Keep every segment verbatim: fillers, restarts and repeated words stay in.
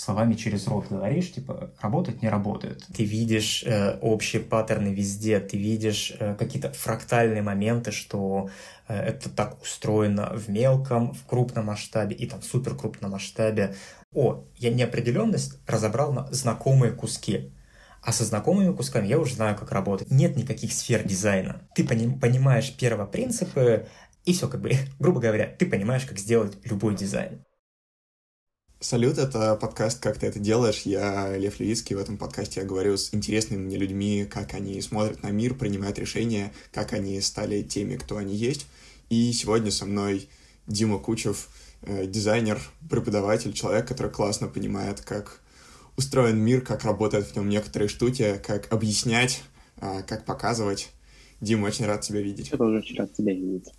словами через рот говоришь, типа, работает, не работает. Ты видишь э, общие паттерны везде, ты видишь э, какие-то фрактальные моменты, что э, это так устроено в мелком, в крупном масштабе и там в суперкрупном масштабе. О, я неопределенность разобрал на знакомые куски. А со знакомыми кусками я уже знаю, как работать. Нет никаких сфер дизайна. Ты пони- понимаешь первопринципы, и все, как бы, грубо говоря, ты понимаешь, как сделать любой дизайн. Салют, это подкаст «Как ты это делаешь?». Я Лев Левицкий. В этом подкасте я говорю с интересными мне людьми, как они смотрят на мир, принимают решения, как они стали теми, кто они есть. И сегодня со мной Дима Кучев, дизайнер, преподаватель, человек, который классно понимает, как устроен мир, как работают в нем некоторые штуки, как объяснять, как показывать. Дима, очень рад тебя видеть. Я тоже очень рад тебя видеть.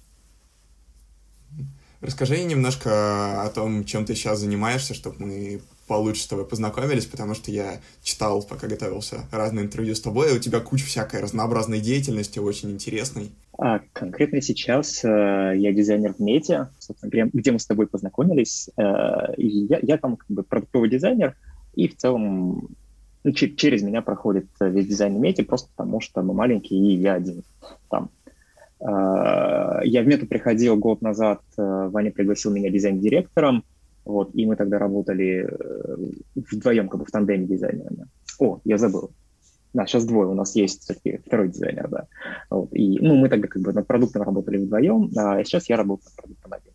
Расскажи немножко о том, чем ты сейчас занимаешься, чтобы мы получше с тобой познакомились, потому что я читал, пока готовился, разные интервью с тобой, и у тебя куча всякой разнообразной деятельности, очень интересной. А конкретно сейчас э, я дизайнер в Мете, собственно, где, где мы с тобой познакомились. Э, и я, я там как бы продуктовый дизайнер, и в целом ну, ч- через меня проходит весь дизайн в Мете, просто потому что мы маленькие, и я один там. Я в Мету приходил год назад, Ваня пригласил меня дизайн-директором, вот, и мы тогда работали вдвоем, как бы в тандеме дизайнерами. О, я забыл. Да, сейчас двое, у нас есть все-таки второй дизайнер, да. Вот, и, ну, мы тогда как бы над продуктом работали вдвоем, а сейчас я работаю над продуктом один.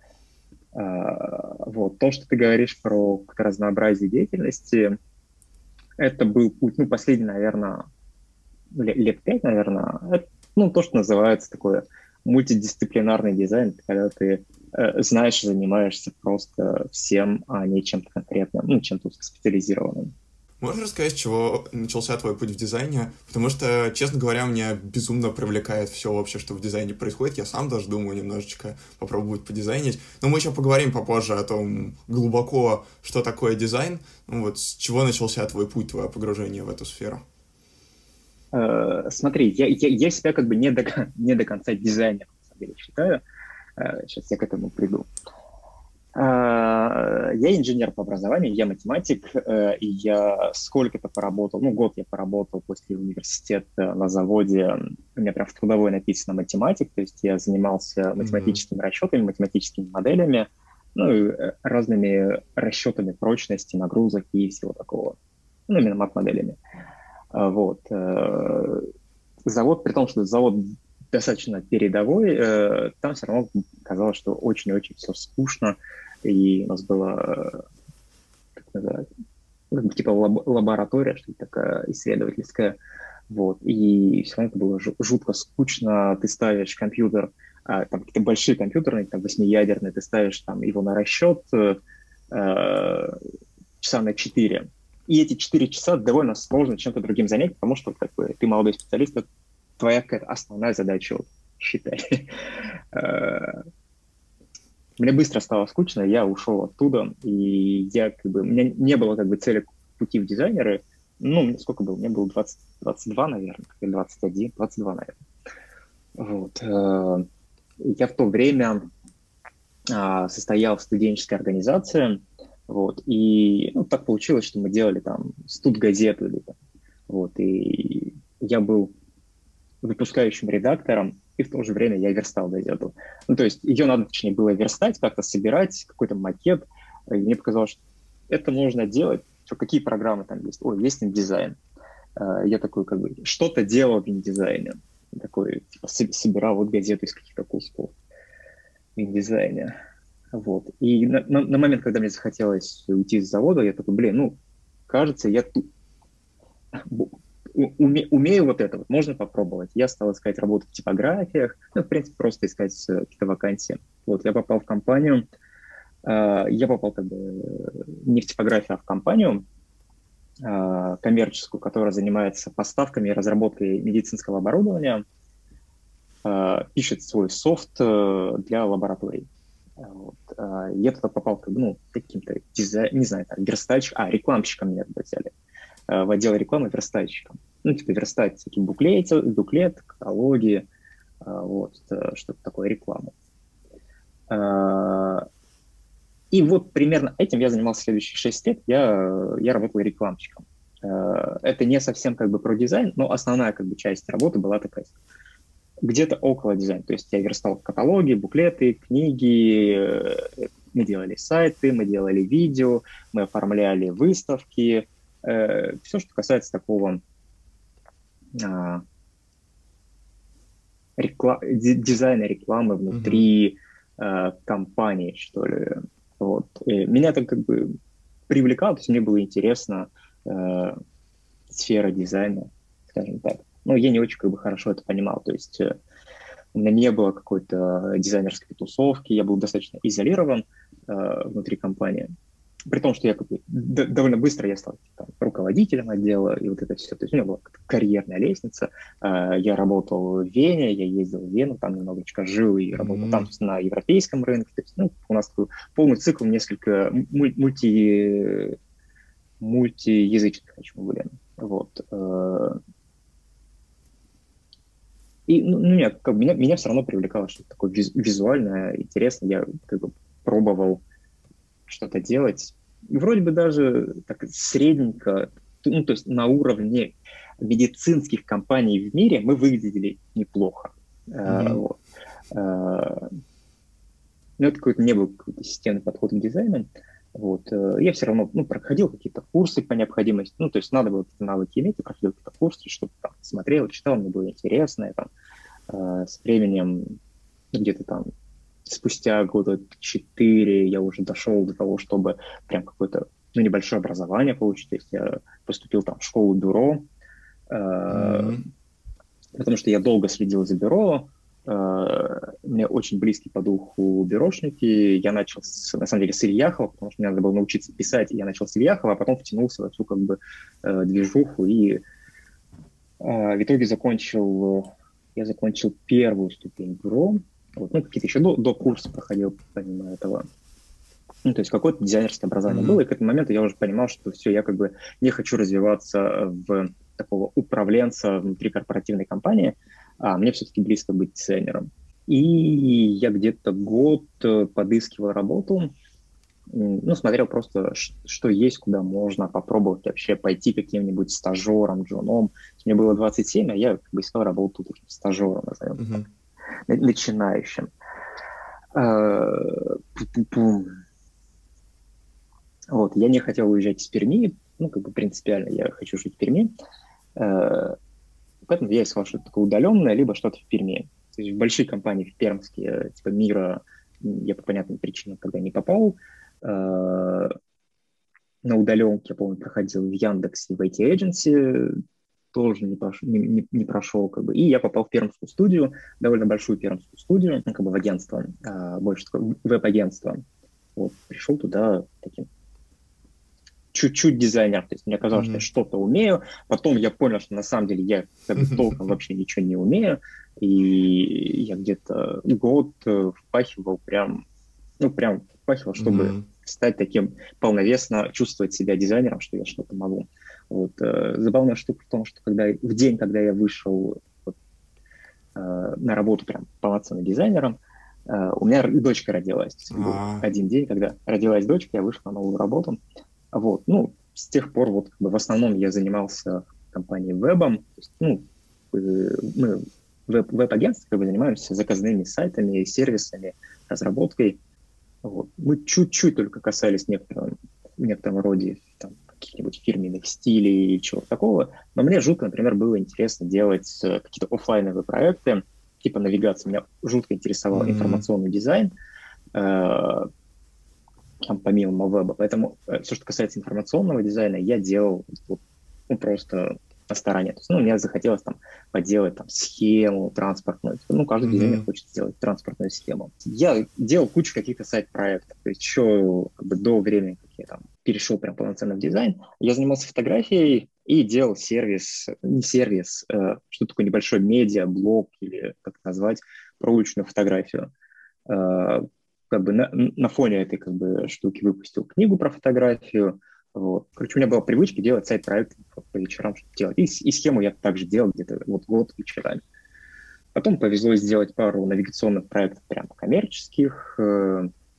А, вот, то, что ты говоришь про разнообразие деятельности, это был путь, ну, последний, наверное, лет пять, наверное, это, ну, то, что называется такое мультидисциплинарный дизайн, когда ты э, знаешь, занимаешься просто всем, а не чем-то конкретным, ну, чем-то узкоспециализированным. Можешь рассказать, с чего начался твой путь в дизайне? Потому что, честно говоря, меня безумно привлекает все вообще, что в дизайне происходит. Я сам даже думаю немножечко попробовать подизайнить. Но мы еще поговорим попозже о том глубоко, что такое дизайн. Ну, вот с чего начался твой путь, твое погружение в эту сферу? Uh, смотри, я, я, я себя как бы не до, не до конца дизайнером, на самом деле, считаю. Uh, сейчас я к этому приду. Uh, я инженер по образованию, я математик, uh, и я сколько-то поработал, ну, год я поработал после университета на заводе, у меня прям в трудовой написано математик, то есть я занимался математическими mm-hmm. расчетами, математическими моделями, ну, и разными расчетами прочности, нагрузок и всего такого, ну, именно мат-моделями. Вот. Завод, при том, что завод достаточно передовой, там все равно казалось, что очень-очень все скучно, и у нас было, как называется, типа лаборатория, что-то такая исследовательская, вот, и все равно это было жутко скучно, ты ставишь компьютер, там какие-то большие компьютерные, там восьмиядерные, ты ставишь там его на расчет часа на четыре, и эти четыре часа довольно сложно чем-то другим занять, потому что как бы, ты молодой специалист, это твоя какая-то основная задача, вот, считай. Мне быстро стало скучно, я ушел оттуда, и я как бы, у меня не было как бы цели пути в дизайнеры. Ну, мне сколько было? Мне было двадцать, двадцать два, наверное, или двадцать один, двадцать два, наверное. Вот. Я в то время состоял в студенческой организации. Вот, и ну, так получилось, что мы делали там студгазету, или, там, вот, и я был выпускающим редактором, и в то же время я верстал газету. Ну, то есть ее надо, точнее, было верстать, как-то собирать, какой-то макет, и мне показалось, что это можно делать, что какие программы там есть, ой, есть индизайн. Я такой, как бы, что-то делал в индизайне, такой, типа, собирал вот газету из каких-то кусков в индизайне. Вот. И на, на, на момент, когда мне захотелось уйти с завода, я такой, блин, ну, кажется, я тут уме, умею вот это, вот, можно попробовать. Я стал искать работу в типографиях, ну, в принципе, просто искать какие-то вакансии. Вот, я попал в компанию, э, я попал как бы не в типографию, а в компанию э, коммерческую, которая занимается поставками и разработкой медицинского оборудования, э, пишет свой софт э, для лабораторий. Вот. Я туда попал как бы, ну, каким-то дизайн, не знаю, там, верстальщик, а, рекламщиком меня туда взяли, в отдел рекламы верстальщиком. Ну, типа верстать всякие буклеты, буклет, каталоги, вот, что-то такое, рекламу. И вот примерно этим я занимался следующие шесть лет. Я, я работал рекламщиком. Это не совсем как бы про дизайн, но основная как бы часть работы была такая, где-то около дизайна. То есть я верстал каталоги, буклеты, книги, мы делали сайты, мы делали видео, мы оформляли выставки. Все, что касается такого рекла... дизайна рекламы внутри mm-hmm. компании, что ли. Вот. И меня это как бы привлекало, то есть мне было интересно э, сфера дизайна, скажем так. Но я не очень как бы хорошо это понимал, то есть э, у меня не было какой-то дизайнерской тусовки, я был достаточно изолирован э, внутри компании. При том, что я как бы д- довольно быстро я стал там, руководителем отдела, и вот это все. То есть у меня была карьерная лестница. Э, я работал в Вене, я ездил в Вену, там немножечко жил и работал mm-hmm. там на европейском рынке. То есть, ну, у нас такой полный цикл, несколько мульти, мультиязычных, почему были. Вот. И ну, меня, как бы, меня, меня все равно привлекало что-то такое виз- визуальное, интересное. Я как бы пробовал что-то делать. И вроде бы даже так средненько, ну, то есть на уровне медицинских компаний в мире мы выглядели неплохо. Mm-hmm. Uh, вот. uh, но это какой-то не был какой-то системный подход к дизайну. Вот. Uh, я все равно ну, проходил какие-то курсы по необходимости. Ну, то есть надо было какие-то навыки иметь, я проходил какие-то курсы, чтобы там смотрел, читал, мне было интересно. И, там, uh, с временем где-то там спустя года четыре я уже дошел до того, чтобы прям какое-то ну, небольшое образование получить. То есть я поступил там в школу бюро, mm-hmm. э, потому что я долго следил за бюро. Э, мне очень близкие по духу бюрошники. Я начал, с, на самом деле, с Ильяхова, потому что мне надо было научиться писать. Я начал с Ильяхова, а потом втянулся во всю как бы э, движуху. И э, в итоге закончил, я закончил первую ступень бюро. Вот, ну, какие-то еще до, до курса проходил, помимо этого. Ну, то есть какое-то дизайнерское образование mm-hmm. было, и к этому моменту я уже понимал, что все, я как бы не хочу развиваться в такого управленца внутри корпоративной компании, а мне все-таки близко быть дизайнером. И я где-то год подыскивал работу, ну, смотрел просто, что есть, куда можно попробовать вообще пойти каким-нибудь стажером, джуном. Мне было двадцать семь, а я как бы искал работу таким стажером, назовем mm-hmm. так. начинающим. Вот, я не хотел уезжать из Перми, ну, как бы принципиально я хочу жить в Перми, поэтому я искал что-то такое удаленное, либо что-то в Перми. То есть в большие компании, в Пермске, типа Мира, я по понятным причинам когда не попал. На удаленке, я помню, проходил в Яндексе, в ай ти-Agency, тоже не, пош... не, не, не прошел, как бы, и я попал в пермскую студию, довольно большую пермскую студию, ну, как бы в агентство, а, больше такое веб-агентство. Вот, пришел туда таким чуть-чуть дизайнер, то есть мне казалось, mm-hmm. что я что-то умею, потом я понял, что на самом деле я как бы толком вообще ничего не умею, и я где-то год впахивал прям, ну, прям впахивал, чтобы mm-hmm. стать таким полновесно, чувствовать себя дизайнером, что я что-то могу. Вот. Забавная штука в том, что когда, в день, когда я вышел вот, на работу прям полноценным дизайнером, у меня дочка родилась. Был один день, когда родилась дочка, я вышел на новую работу. Вот. Ну, с тех пор вот, как бы, в основном я занимался компанией вебом. То есть, ну, мы веб, веб-агентство как бы, занимаемся заказными сайтами, сервисами, разработкой. Вот. Мы чуть-чуть только касались некотором, в некотором роде там, каких-нибудь фирменных стилей или чего-то такого. Но мне жутко, например, было интересно делать какие-то офлайновые проекты, типа навигации. Меня жутко интересовал mm-hmm. информационный дизайн, э, там, помимо веба. Поэтому э, все, что касается информационного дизайна, я делал вот, ну, просто на стороне. То есть, ну, мне захотелось там поделать там, схему транспортную. Ну, каждый mm-hmm. дизайнер хочет сделать транспортную схему. Я делал кучу каких-то сайт-проектов. То есть еще как бы, до времени, как я там перешел прям полноценно в дизайн, я занимался фотографией и делал сервис, не сервис, э, что такое небольшой медиа, блог или как это назвать, про уличную фотографию. Э, как бы на, на фоне этой как бы, штуки выпустил книгу про фотографию. Вот. Короче, у меня была привычка делать сайт-проекты по вечерам, что-то делать. И, и схему я также делал где-то вот год вечерами. Потом повезло сделать пару навигационных проектов прям коммерческих.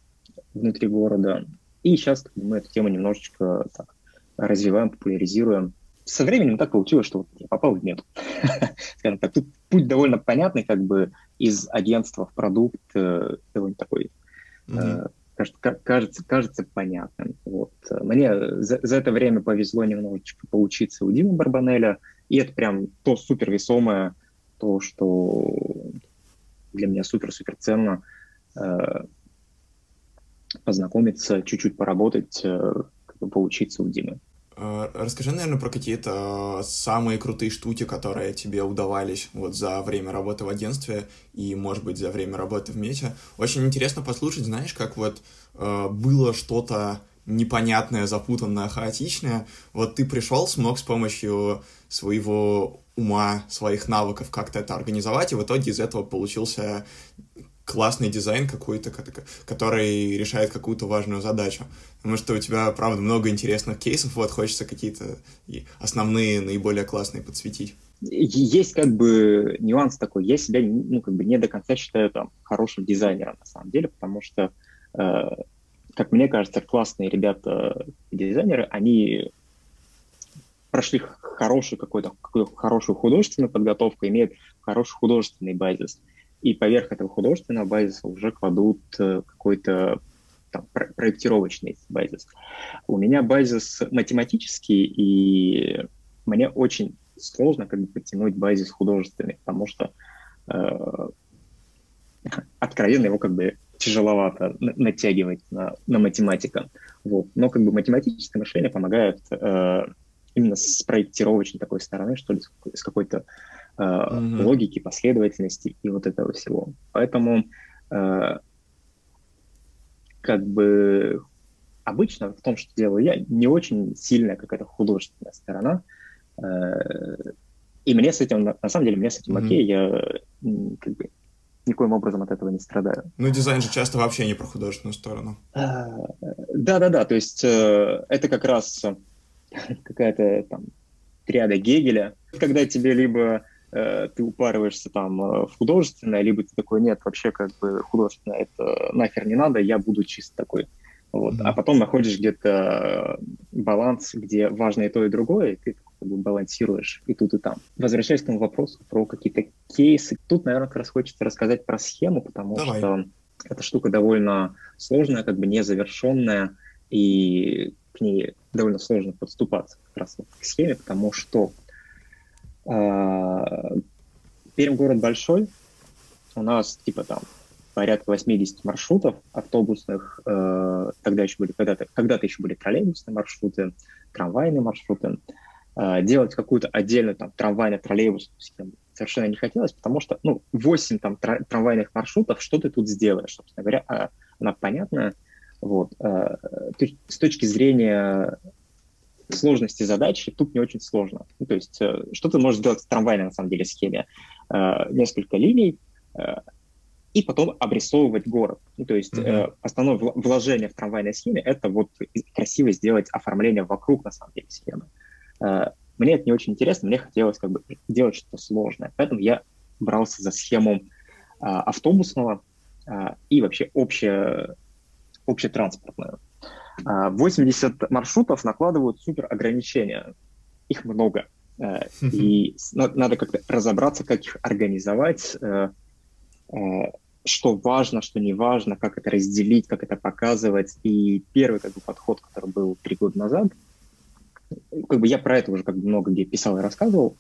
внутри города. И сейчас мы эту тему немножечко так развиваем, популяризируем. Со временем так получилось, что вот я попал в мету. Скажем так, тут путь довольно понятный, как бы из агентства в продукт, э, довольно такой, э, кажется, кажется, кажется понятным. Вот. Мне за, за это время повезло немножечко поучиться у Димы Барбанеля, и это прям то супер весомое, то, что для меня супер-супер ценно, э, познакомиться, чуть-чуть поработать, э, как бы поучиться у Димы. Расскажи, наверное, про какие-то самые крутые штуки, которые тебе удавались вот за время работы в агентстве и, может быть, за время работы в Мете. Очень интересно послушать, знаешь, как вот э, было что-то непонятное, запутанное, хаотичное. Вот ты пришел, смог с помощью своего ума, своих навыков как-то это организовать, и в итоге из этого получился классный дизайн какой-то, который решает какую-то важную задачу. Потому что у тебя, правда, много интересных кейсов, вот хочется какие-то основные, наиболее классные подсветить. Есть как бы нюанс такой. Я себя, ну, как бы не до конца считаю там хорошим дизайнером на самом деле, потому что, э, как мне кажется, классные ребята, дизайнеры, они прошли хорошую какую-то, какую-то хорошую художественную подготовку, имеют хороший художественный базис. И поверх этого художественного базиса уже кладут какой-то там проектировочный базис. У меня базис математический, и мне очень сложно как бы подтянуть базис художественный, потому что э, откровенно его как бы тяжеловато натягивать на, на математика. Вот. Но как бы математическое мышление помогает э, именно с проектировочной такой стороны, что ли, с какой-то э, mm-hmm. логики, последовательности и вот этого всего. Поэтому э, как бы обычно в том, что делаю я, не очень сильная какая-то художественная сторона. Э, и мне с этим, на самом деле, мне с этим mm-hmm. окей, я как бы никоим образом от этого не страдаю. Ну, дизайн же часто вообще не про художественную сторону. Да-да-да, то есть э, это как раз какая-то там триада Гегеля, когда тебе либо э, ты упарываешься там в художественное, либо ты такой, нет, вообще как бы художественное это нахер не надо, я буду чисто такой. Вот. Mm-hmm. А потом находишь где-то баланс, где важно и то, и другое, и ты как бы балансируешь и тут, и там. Возвращаясь к тому вопросу про какие-то кейсы, тут, наверное, как раз хочется рассказать про схему, потому Давай. что эта штука довольно сложная, как бы незавершенная, и к ней довольно сложно подступаться как раз вот к схеме, потому что э, Пермь город большой, у нас типа там порядка восемьдесят маршрутов автобусных, э, тогда еще были, когда-то, когда-то еще были троллейбусные маршруты, трамвайные маршруты. Э, делать какую-то отдельную там трамвайно-троллейбусную схему совершенно не хотелось, потому что, ну, восемь там тра- трамвайных маршрутов, что ты тут сделаешь, собственно говоря, а, она понятная. Вот. Э, то есть, с точки зрения сложности задачи тут не очень сложно. Ну, то есть, э, что ты можешь сделать в трамвайной, на самом деле, схеме? Э, несколько линий, э, и потом обрисовывать город. Ну, то есть mm-hmm. э, основное вложение в трамвайной схеме — это вот красиво сделать оформление вокруг, на самом деле, схемы. Э, мне это не очень интересно, мне хотелось как бы делать что-то сложное. Поэтому я брался за схему э, автобусного э, и вообще обще, общетранспортную. Э, восемьдесят маршрутов накладывают супер ограничения. Их много. Э, mm-hmm. И надо как-то разобраться, как их организовать, э, что важно, что не важно, как это разделить, как это показывать. И первый как бы подход, который был три года назад, как бы я про это уже как бы много где писал и рассказывал,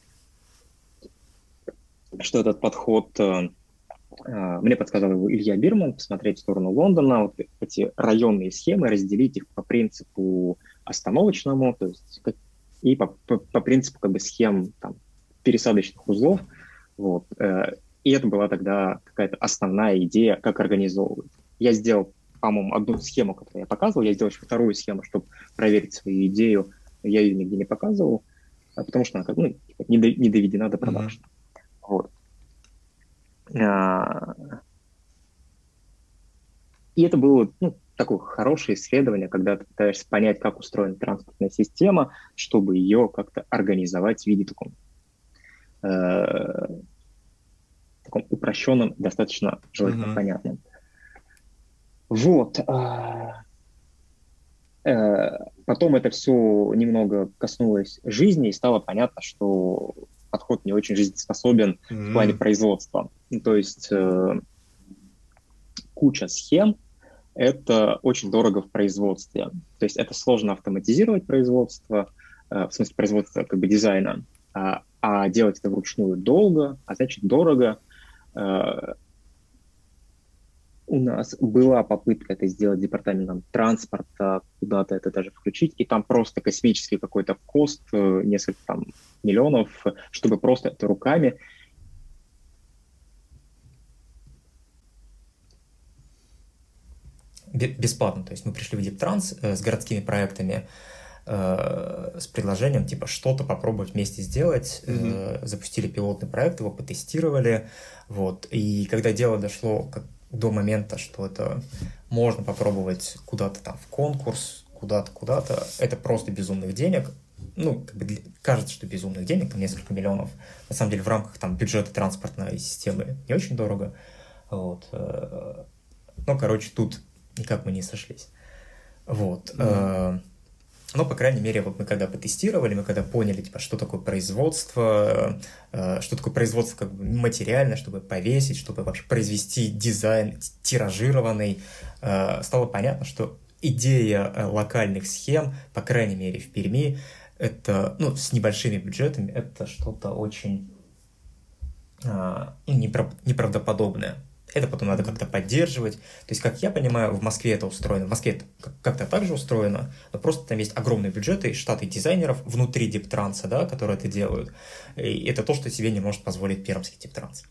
что этот подход, мне подсказал его Илья Бирман, посмотреть в сторону Лондона, вот эти районные схемы, разделить их по принципу остановочному, то есть и по, по, по принципу как бы схем там, пересадочных узлов. Вот. И это была тогда какая-то основная идея, как организовывать. Я сделал, по-моему, одну схему, которую я показывал, я сделал еще вторую схему, чтобы проверить свою идею. Я ее нигде не показывал, потому что она как, ну, не, до, не доведена до продакшна. Mm-hmm. Вот. И это было, ну, такое хорошее исследование, когда ты пытаешься понять, как устроена транспортная система, чтобы ее как-то организовать в виде таком в таком упрощенном, достаточно желательно mm-hmm. понятном. Вот. а, э, Потом это все немного коснулось жизни, и стало понятно, что подход не очень жизнеспособен в плане М. производства. Ну, То есть э, куча схем, это очень дорого в производстве. То есть это сложно автоматизировать производство, э, в смысле производства как бы дизайна, а, а делать это вручную долго, а значит дорого. Э, У нас была попытка это сделать департаментом транспорта, куда-то это даже включить, и там просто космический какой-то кост, э, несколько там миллионов, э, чтобы просто это руками. Бе- Бесплатно. То есть мы пришли в Диптранс э, с городскими проектами, э, с предложением типа что-то попробовать вместе сделать. Э, запустили пилотный проект, его потестировали. Вот. И когда дело дошло как до момента, что это можно попробовать куда-то там в конкурс, куда-то, куда-то, это просто безумных денег. Ну, как бы для- кажется, что безумных денег, там несколько миллионов. На самом деле в рамках там бюджета транспортной системы не очень дорого. Вот. э, Ну, короче, тут никак мы не сошлись. Вот. Мгм. Но, по крайней мере, вот мы когда потестировали, мы когда поняли, типа, что такое производство, э, что такое производство как бы материальное, чтобы повесить, чтобы вообще произвести дизайн тиражированный, э, стало понятно, что идея э, локальных схем, по крайней мере, в Перми, это, ну, с небольшими бюджетами, это что-то очень э, неправ- неправдоподобное. Это потом надо как-то поддерживать. То есть, как я понимаю, в Москве это устроено. В Москве это как- как-то так же устроено, но просто там есть огромные бюджеты и штаты дизайнеров внутри Диптранса, да, которые это делают. И это то, что себе не может позволить пермский Диптранс.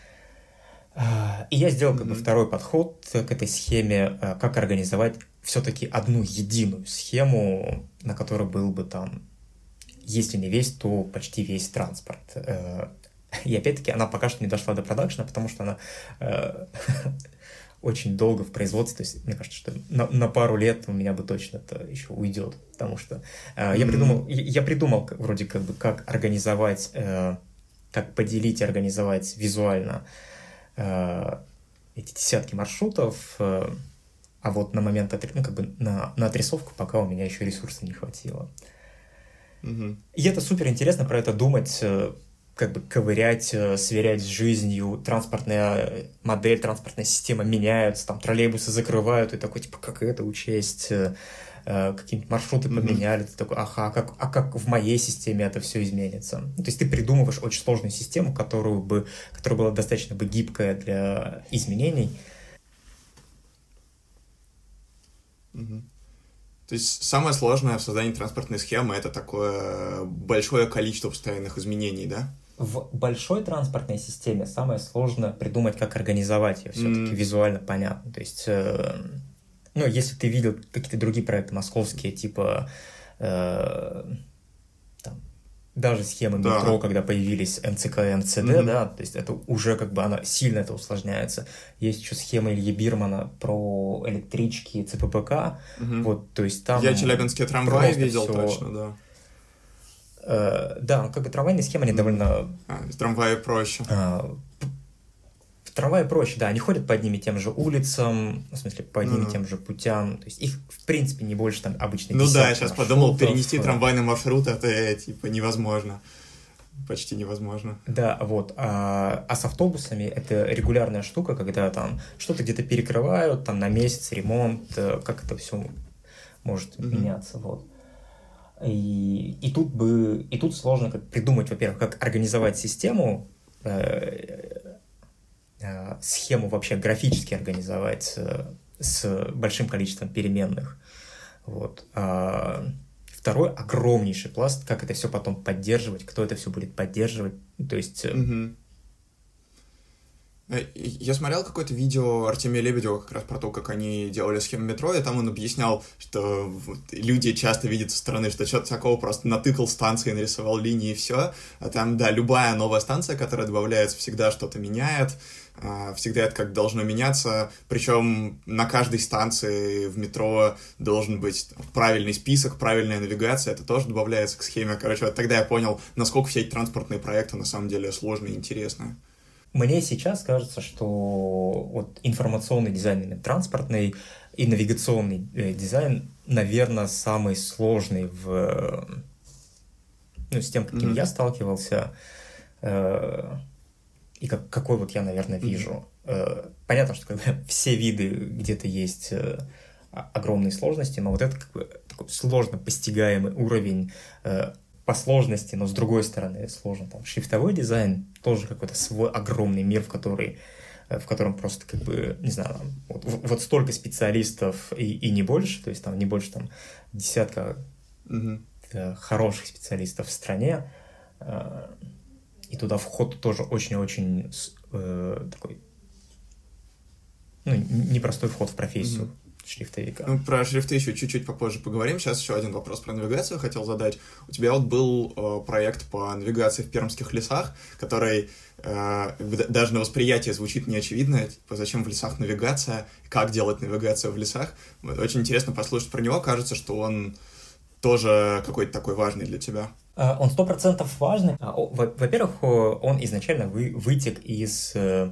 А, И я сделал как бы Мгм. второй подход к этой схеме, а, как организовать все-таки одну единую схему, на которой был бы там, если не весь, то почти весь транспорт. Э, И опять-таки она пока что не дошла до продакшена, потому что она э, очень долго в производстве. То есть мне кажется, что на, на пару лет у меня бы точно это еще уйдет. Потому что э, я Мгм. придумал, я я придумал как- вроде как бы, как организовать, э, как поделить и организовать визуально э, эти десятки маршрутов. э, А вот на момент, отри- ну, как бы на, на отрисовку пока у меня еще ресурсов не хватило. Мгм. И это супер интересно про это думать, э, как бы ковырять, э, сверять с жизнью. Транспортная модель, транспортная система меняются, там троллейбусы закрывают, и такой, типа, как это учесть? Э, э, Какие-нибудь маршруты Мгм. поменяли, ты такой, ага, а как, а как в моей системе это все изменится? Ну, то есть ты придумываешь очень сложную систему, которую бы, которая была достаточно бы гибкая для изменений. Мгм. То есть самое сложное в создании транспортной схемы — это такое большое количество постоянных изменений, да? В большой транспортной системе самое сложное придумать, как организовать ее все-таки М. визуально понятно. То есть, э, ну, если ты видел какие-то другие проекты московские, типа э, там, даже схемы Да. метро, когда появились эм цэ ка и эм цэ дэ, Мгм. да, то есть это уже как бы она сильно это усложняется. Есть еще схема Ильи Бирмана про электрички цэ пэ пэ ка, Мгм. вот, то есть там Я челябинские трамваи просто видел всё- точно, да. э, да, ну, как бы трамвайные схемы, они Мгм. довольно А, трамваи проще. А, п- В трамвае проще, да, они ходят по одним и тем же улицам, в смысле, по одним Ну. и тем же путям, то есть их, в принципе, не больше там обычно Ну да, десятки я сейчас подумал, маршрутов. перенести трамвайный маршрут — это типа невозможно. Почти невозможно. Да, вот, а, а с автобусами это регулярная штука, когда там что-то где-то перекрывают, там на месяц ремонт, э, как это все может Мгм. меняться, вот. И, и тут бы, и тут сложно как придумать, во-первых, как организовать систему, э, э, схему вообще графически организовать э, с большим количеством переменных. Вот. А второй огромнейший пласт, как это все потом поддерживать, кто это все будет поддерживать. Ну, То есть, э, Мгм. Э, Я смотрел какое-то видео Артемия Лебедева как раз про то, как они делали схему метро, и там он объяснял, что вот люди часто видят со стороны, что что-то такого, просто натыкал станции, нарисовал линии и все. А там, да, любая новая станция, которая добавляется, всегда что-то меняет, а, всегда это как должно меняться. Причем на каждой станции в метро должен быть там правильный список, правильная навигация, это тоже добавляется к схеме. Короче, вот тогда я понял, насколько все эти транспортные проекты на самом деле сложные и интересные. мне сейчас кажется, что вот информационный дизайн, транспортный и навигационный э, дизайн, наверное, самый сложный в, ну, с тем, каким mm-hmm. я сталкивался, э, и как, какой вот я, наверное, вижу. Mm-hmm. Э, понятно, что как бы, все виды где-то есть э, огромные сложности, но вот это как бы такой сложно постигаемый уровень э, по сложности, но с другой стороны сложно. Там шрифтовой дизайн тоже какой-то свой огромный мир, в который в котором просто, как бы, не знаю, вот, вот столько специалистов и, и не больше, то есть там не больше там десятка mm-hmm. э, хороших специалистов в стране, э, и туда вход тоже очень-очень э, такой, ну, непростой вход в профессию. Mm-hmm. Шрифтовика. Ну, про шрифты еще чуть-чуть попозже поговорим. Сейчас еще один вопрос про навигацию хотел задать. У тебя вот был э, проект по навигации в пермских лесах, который э, даже на восприятие звучит неочевидно. Типа, зачем в лесах навигация? Как делать навигацию в лесах? Очень интересно послушать про него. Кажется, что он тоже какой-то такой важный для тебя. Он сто процентов важный. Во-первых, он изначально вы, вытек из э,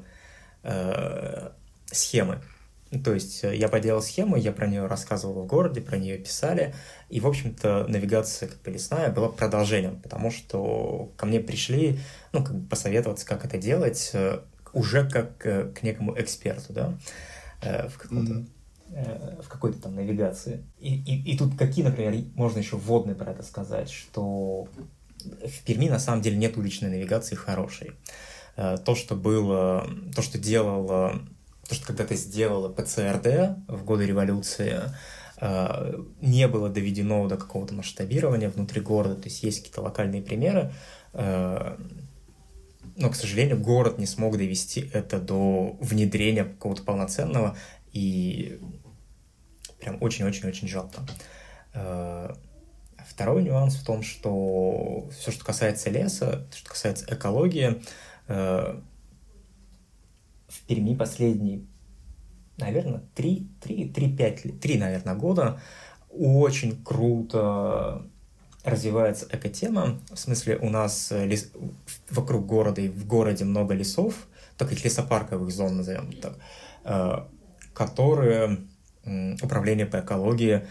э, схемы. То есть я поделал схему, я про нее рассказывал в городе, про нее писали, и, в общем-то, навигация как бы лесная была продолжением, потому что ко мне пришли, ну, как бы посоветоваться, как это делать, уже как к некому эксперту, да, в каком-то, mm-hmm. в какой-то там навигации. И, и, и тут какие, например, можно еще вводные про это сказать, что в Перми на самом деле нет уличной навигации хорошей. То, что было, то, что делало... То, что когда-то сделала пэ цэ эр дэ в годы революции, не было доведено до какого-то масштабирования внутри города, то есть есть какие-то локальные примеры, но, к сожалению, город не смог довести это до внедрения какого-то полноценного, и прям очень-очень-очень жалко. Второй нюанс в том, что все, что касается леса, что касается экологии, в Перми последние, наверное, три-пять, три, наверное, года очень круто развивается экотема. В смысле, у нас лес... вокруг города и в городе много лесов, таких лесопарковых зон, назовем так, которые управление по экологии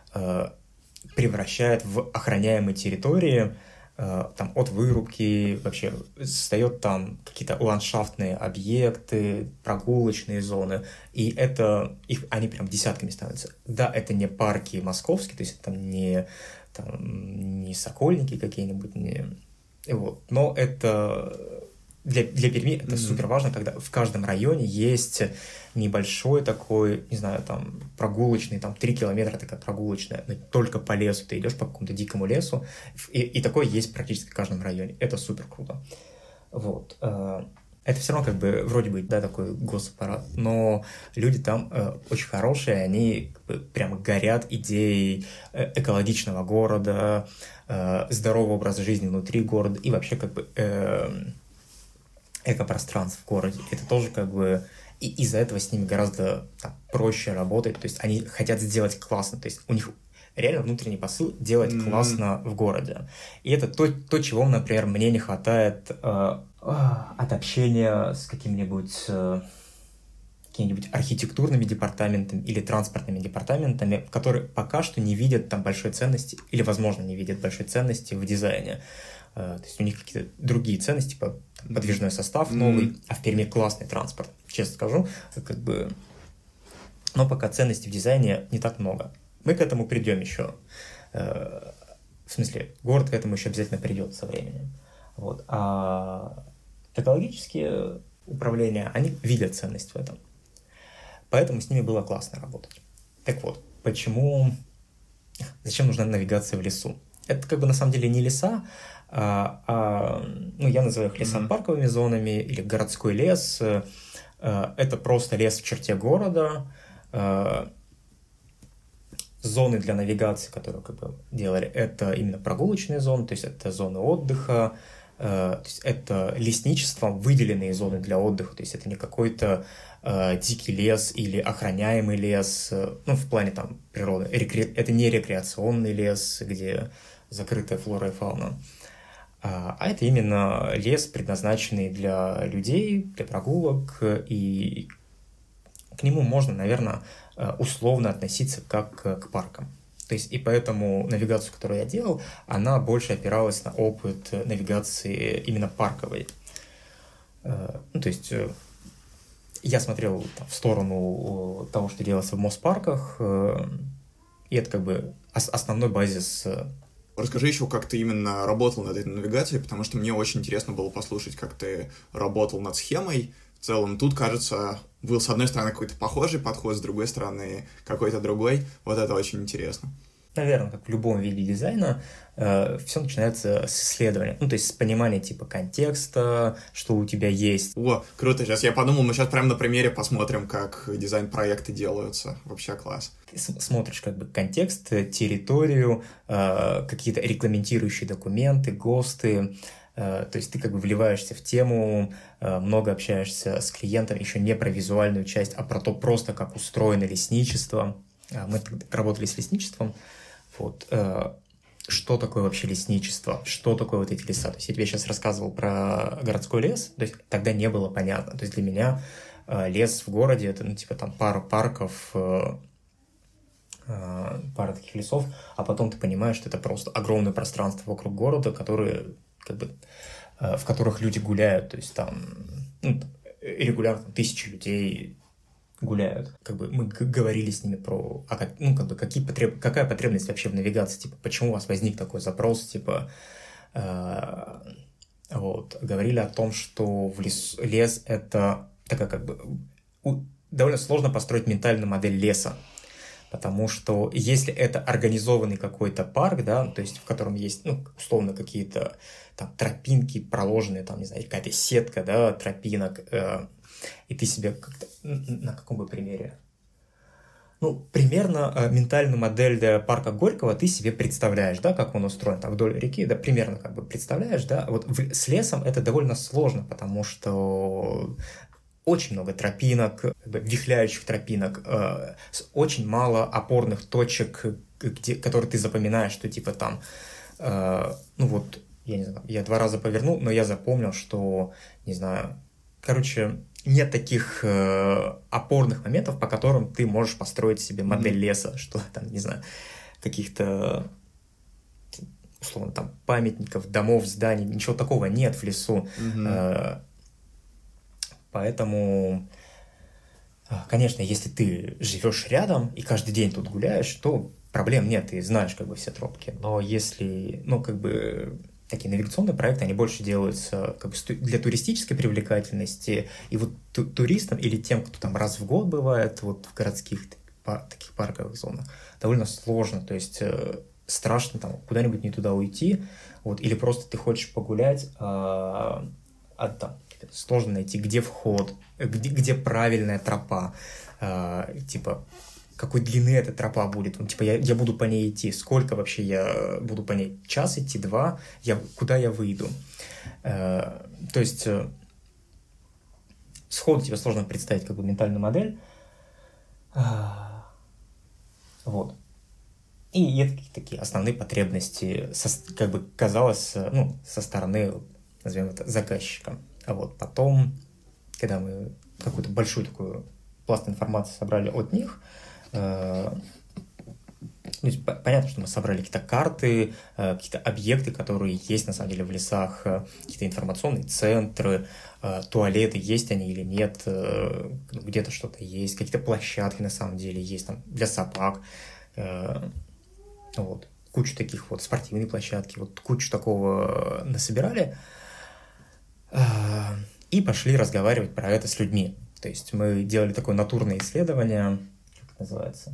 превращает в охраняемые территории, там, от вырубки, вообще создает там какие-то ландшафтные объекты, прогулочные зоны, и это, их, они прям десятками становятся. Да, это не парки московские, то есть это там не, там, не Сокольники какие-нибудь, не, вот, но это для, для Перми это mm-hmm. супер важно, когда в каждом районе есть небольшой такой, не знаю, там, прогулочный, там, три километра такая прогулочная, но только по лесу, ты идешь по какому-то дикому лесу, и, и такое есть практически в каждом районе. Это супер круто. Вот. Это все равно как бы вроде бы, да, такой госаппарат, но люди там э, очень хорошие, они как бы, прям горят идеей экологичного города, э, здорового образа жизни внутри города и вообще как бы э, экопространств в городе. Это тоже как бы... И из-за этого с ними гораздо там, проще работать, то есть они хотят сделать классно, то есть у них реально внутренний посыл делать mm-hmm. классно в городе. И это то, то чего, например, мне не хватает э, от общения с каким-нибудь, э, какими-нибудь архитектурными департаментами или транспортными департаментами, которые пока что не видят там большой ценности, или, возможно, не видят большой ценности в дизайне. То есть у них какие-то другие ценности, типа подвижной состав новый, mm-hmm. а в Перми классный транспорт, честно скажу, как бы... Но пока ценностей в дизайне не так много. Мы к этому придем еще. В смысле, город к этому еще обязательно придет со временем. Вот. А экологические управления, они видят ценность в этом. Поэтому с ними было классно работать. Так вот, почему... Зачем нужна навигация в лесу? Это как бы на самом деле не леса, А, а, ну, я называю их лесопарковыми зонами или городской лес. Это просто лес в черте города. Зоны для навигации, которые как бы делали, это именно прогулочные зоны, то есть это зоны отдыха, то есть это лесничество, выделенные зоны для отдыха, то есть это не какой-то дикий лес или охраняемый лес, ну, в плане там природы. Это не рекреационный лес, где закрытая флора и фауна. А это именно лес, предназначенный для людей, для прогулок, и к нему можно, наверное, условно относиться как к паркам. То есть и поэтому навигацию, которую я делал, она больше опиралась на опыт навигации именно парковой. Ну, то есть я смотрел там в сторону того, что делается в Моспарках, и это как бы основной базис. Расскажи еще, как ты именно работал над этой навигацией, потому что мне очень интересно было послушать, как ты работал над схемой. В целом, тут, кажется, был с одной стороны какой-то похожий подход, с другой стороны какой-то другой. Вот это очень интересно. Наверное, как в любом виде дизайна, э, все начинается с исследования. Ну, то есть с понимания типа контекста, что у тебя есть. О, круто. Сейчас я подумал, мы сейчас прямо на примере посмотрим, как дизайн-проекты делаются. Вообще класс. Ты смотришь как бы контекст, территорию, э, какие-то регламентирующие документы, ГОСТы. Э, то есть ты как бы вливаешься в тему, э, много общаешься с клиентом, еще не про визуальную часть, а про то просто, как устроено лесничество. Мы работали с лесничеством. Вот. Что такое вообще лесничество? Что такое вот эти леса? То есть я тебе сейчас рассказывал про городской лес, то есть тогда не было понятно. То есть для меня лес в городе — это, ну, типа там пара парков, пара таких лесов, а потом ты понимаешь, что это просто огромное пространство вокруг города, которые, как бы, в которых люди гуляют. То есть там, ну, регулярно тысячи людей гуляют. Как бы мы говорили с ними про, а как, ну, как бы какие потреб, какая потребность вообще в навигации, типа, почему у вас возник такой запрос, типа, э, вот, говорили о том, что в лес, лес это такая, как бы, у, довольно сложно построить ментальную модель леса, потому что если это организованный какой-то парк, да, то есть в котором есть, ну, условно, какие-то там тропинки проложенные, там, не знаю, какая-то сетка, да, тропинок, э, и ты себе как-то... На каком бы примере? Ну, примерно э, ментальную модель для парка Горького ты себе представляешь, да, как он устроен там вдоль реки, да, примерно как бы представляешь, да. Вот в, с лесом это довольно сложно, потому что очень много тропинок, как бы вихляющих тропинок, э, очень мало опорных точек, где, которые ты запоминаешь, что типа там, э, ну вот, я не знаю, я два раза повернул, но я запомнил, что, не знаю, короче... Нет таких э, опорных моментов, по которым ты можешь построить себе модель mm-hmm. леса, что там, не знаю, каких-то, условно, там, памятников, домов, зданий, ничего такого нет в лесу. Mm-hmm. Э, поэтому, конечно, если ты живешь рядом и каждый день тут гуляешь, то проблем нет, ты знаешь как бы все тропки. Но если, ну, как бы... Такие навигационные проекты, они больше делаются как бы для туристической привлекательности, и вот ту- туристам или тем, кто там раз в год бывает вот в городских таких парковых зонах, довольно сложно, то есть э, страшно там куда-нибудь не туда уйти, вот, или просто ты хочешь погулять, а, а там сложно найти, где вход, где, где правильная тропа, а, типа какой длины эта тропа будет, ну, типа я, я буду по ней идти, сколько вообще я буду по ней, час идти, два, я, куда я выйду. Э, то есть э, сходу тебе сложно представить как бы ментальную модель. Э, вот. И это какие-то такие основные потребности, со, как бы казалось, ну, со стороны, назовем это, заказчика. А вот потом, когда мы какую-то большую такую пласт информации собрали от них, ну, понятно, что мы собрали какие-то карты, какие-то объекты, которые есть на самом деле в лесах, какие-то информационные центры, туалеты, есть они или нет, где-то что-то есть, какие-то площадки на самом деле есть там для собак, вот, кучу таких вот, спортивные площадки, вот кучу такого насобирали и пошли разговаривать про это с людьми. То есть мы делали такое натурное исследование, называется.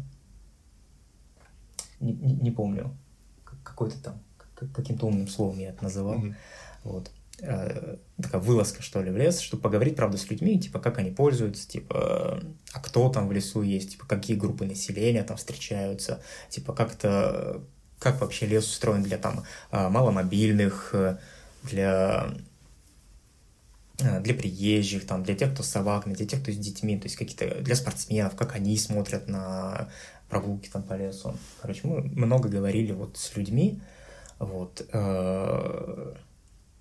Не, не, не помню. Какой-то там, каким-то умным словом я это называл. Mm-hmm. Вот. Э, такая вылазка, что ли, в лес, чтобы поговорить, правда, с людьми, типа, как они пользуются, типа, а кто там в лесу есть, типа, какие группы населения там встречаются, типа, как-то, как вообще лес устроен для там маломобильных, для... для приезжих, там, для тех, кто с собаками, для тех, кто с детьми, то есть какие-то для спортсменов, как они смотрят на прогулки там по лесу. Короче, мы много говорили вот с людьми, вот.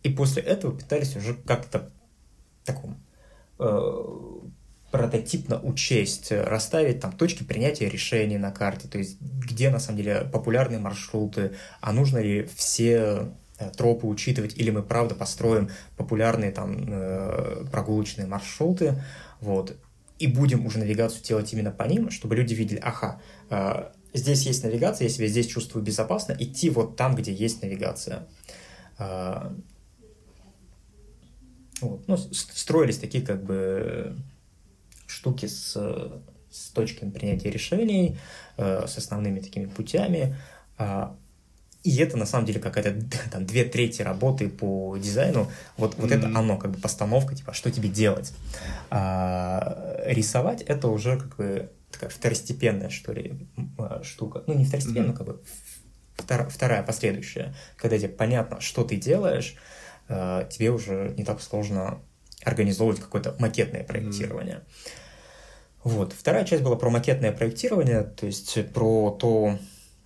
И после этого пытались уже как-то таком э, прототипно учесть, расставить там точки принятия решений на карте, то есть где на самом деле популярные маршруты, а нужно ли все тропы учитывать, или мы правда построим популярные там э, прогулочные маршруты, вот, и будем уже навигацию делать именно по ним, чтобы люди видели, ага, э, здесь есть навигация, я себя здесь чувствую безопасно, идти вот там, где есть навигация. Э, вот. Ну, строились такие как бы штуки с, с точками принятия решений, э, с основными такими путями. Э, И это, на самом деле, какая-то там две трети работы по дизайну. Вот, вот mm-hmm. это оно, как бы постановка, типа, что тебе делать. А рисовать — это уже как бы такая второстепенная, что ли, штука. Ну, не второстепенная, mm-hmm. как бы втор, вторая, последующая. Когда тебе понятно, что ты делаешь, тебе уже не так сложно организовывать какое-то макетное проектирование. Mm-hmm. Вот. Вторая часть была про макетное проектирование, то есть про то,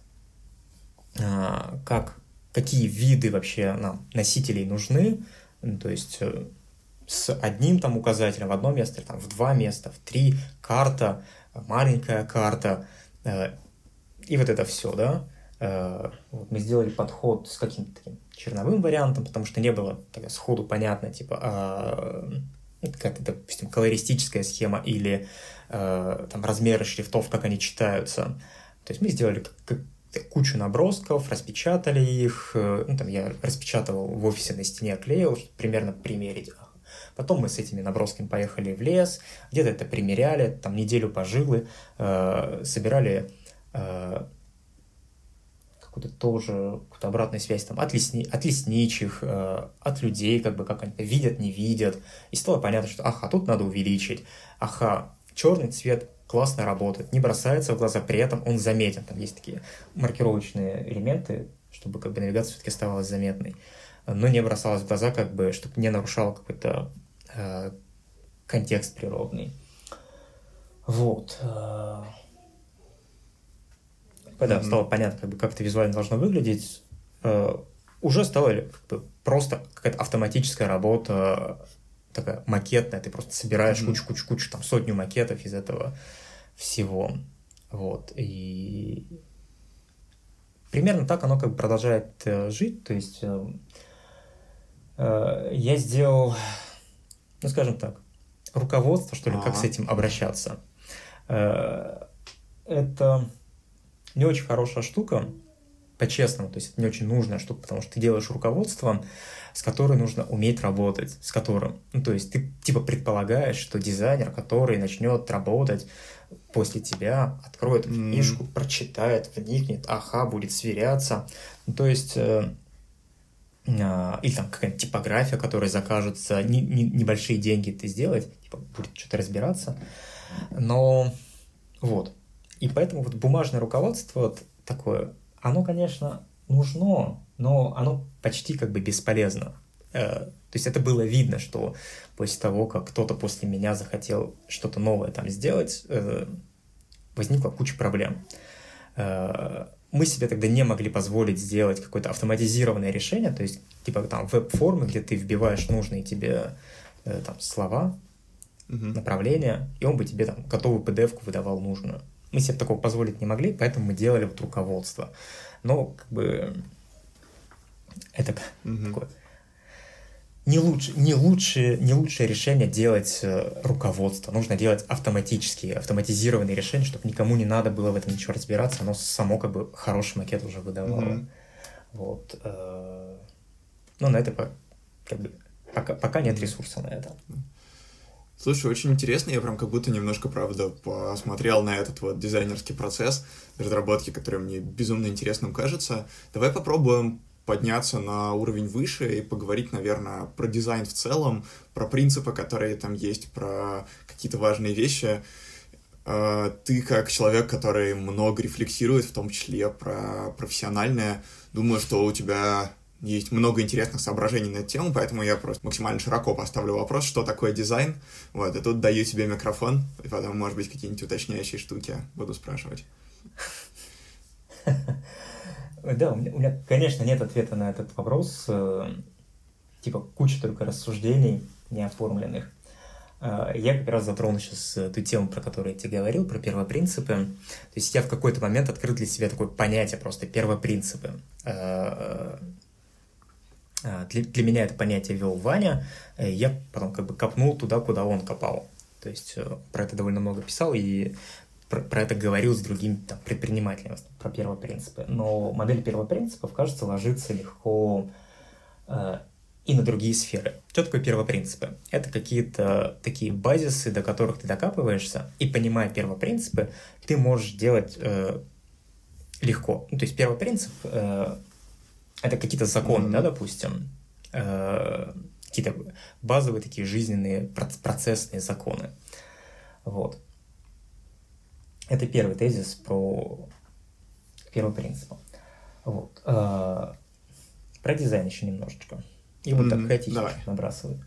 как, какие виды вообще нам носителей нужны, то есть с одним там указателем в одно место, там, в два места, в три, карта, маленькая карта, и вот это все, да. Вот мы сделали подход с каким-то таким черновым вариантом, потому что не было тогда сходу понятно, типа, а, как, допустим, колористическая схема или а, там размеры шрифтов, как они читаются. То есть мы сделали как кучу набросков, распечатали их, ну, там я распечатывал в офисе на стене, клеил, чтобы примерно примерить. Потом мы с этими набросками поехали в лес, где-то это примеряли, там неделю пожили, э, собирали э, какую-то тоже какую-то обратную связь там, от, лесни, от лесничих, э, от людей, как бы как они видят, не видят. И стало понятно, что ага, тут надо увеличить, ага, черный цвет классно работает, не бросается в глаза, при этом он заметен. Там есть такие маркировочные элементы, чтобы как бы навигация все-таки оставалась заметной, но не бросалась в глаза, как бы, чтобы не нарушал какой-то э, контекст природный. Вот. Когда mm-hmm. стало понятно, как бы, как это визуально должно выглядеть, э, уже стала как бы, просто какая-то автоматическая работа, такая макетная, ты просто собираешь кучу-кучу-кучу, mm-hmm. там сотню макетов из этого всего. Вот. И примерно так оно как бы продолжает э, жить. То есть э, э, я сделал, ну скажем так, руководство, что ли, А-а-а. как с этим обращаться. Э, это не очень хорошая штука, по-честному, то есть это не очень нужная штука, потому что ты делаешь руководство, с которой нужно уметь работать, с которым, ну, то есть ты типа предполагаешь, что дизайнер, который начнет работать после тебя, откроет mm. книжку, прочитает, вникнет, ага, будет сверяться, ну, то есть э, э, или там какая-нибудь типография, которая закажет за не, не, небольшие деньги ты сделать, типа будет что-то разбираться, но вот, и поэтому вот бумажное руководство вот такое, оно, конечно, нужно, но оно почти как бы бесполезно. То есть это было видно, что после того, как кто-то после меня захотел что-то новое там сделать, возникла куча проблем. Мы себе тогда не могли позволить сделать какое-то автоматизированное решение, то есть типа там веб-формы, где ты вбиваешь нужные тебе там слова, uh-huh. направления, и он бы тебе там готовую пи ди эф-ку выдавал нужную. Мы себе такого позволить не могли, поэтому мы делали вот руководство. Но как бы это mm-hmm. такое не, лучше, не, лучше, не лучшее решение делать руководство. Нужно делать автоматические, автоматизированные решения, чтобы никому не надо было в этом ничего разбираться. Оно само как бы хороший макет уже выдавало. Mm-hmm. Вот. Но на это как бы пока, пока нет ресурса на это. Слушай, очень интересно, я прям как будто немножко, правда, посмотрел на этот вот дизайнерский процесс разработки, который мне безумно интересным кажется. Давай попробуем подняться на уровень выше и поговорить, наверное, про дизайн в целом, про принципы, которые там есть, про какие-то важные вещи. Ты как человек, который много рефлексирует, в том числе про профессиональное, думаю, что у тебя есть много интересных соображений на эту тему, поэтому я просто максимально широко поставлю вопрос, что такое дизайн. Вот, и тут даю тебе микрофон, и потом, может быть, какие-нибудь уточняющие штуки буду спрашивать. Да, у меня, у меня, конечно, нет ответа на этот вопрос. типа куча только рассуждений неоформленных. Я как раз затрону сейчас ту тему, про которую я тебе говорил, про первопринципы. То есть я в какой-то момент открыл для себя такое понятие просто первопринципы. Для, для меня это понятие ввел Ваня, я потом как бы копнул туда, куда он копал. То есть про это довольно много писал и про, про это говорил с другими там, предпринимателями, про первопринципы. Но модель первопринципов, кажется, ложится легко и на другие сферы. Что такое первопринципы? Это какие-то такие базисы, до которых ты докапываешься, и, понимая первопринципы, ты можешь делать э, легко. Ну, то есть первопринцип э, — это какие-то законы, mm-hmm. да, допустим, э, какие-то базовые такие жизненные процессные законы. Вот. Это первый тезис про первопринципы. Вот. Э, про дизайн еще немножечко. И вот так хаотично mm-hmm. набрасывают.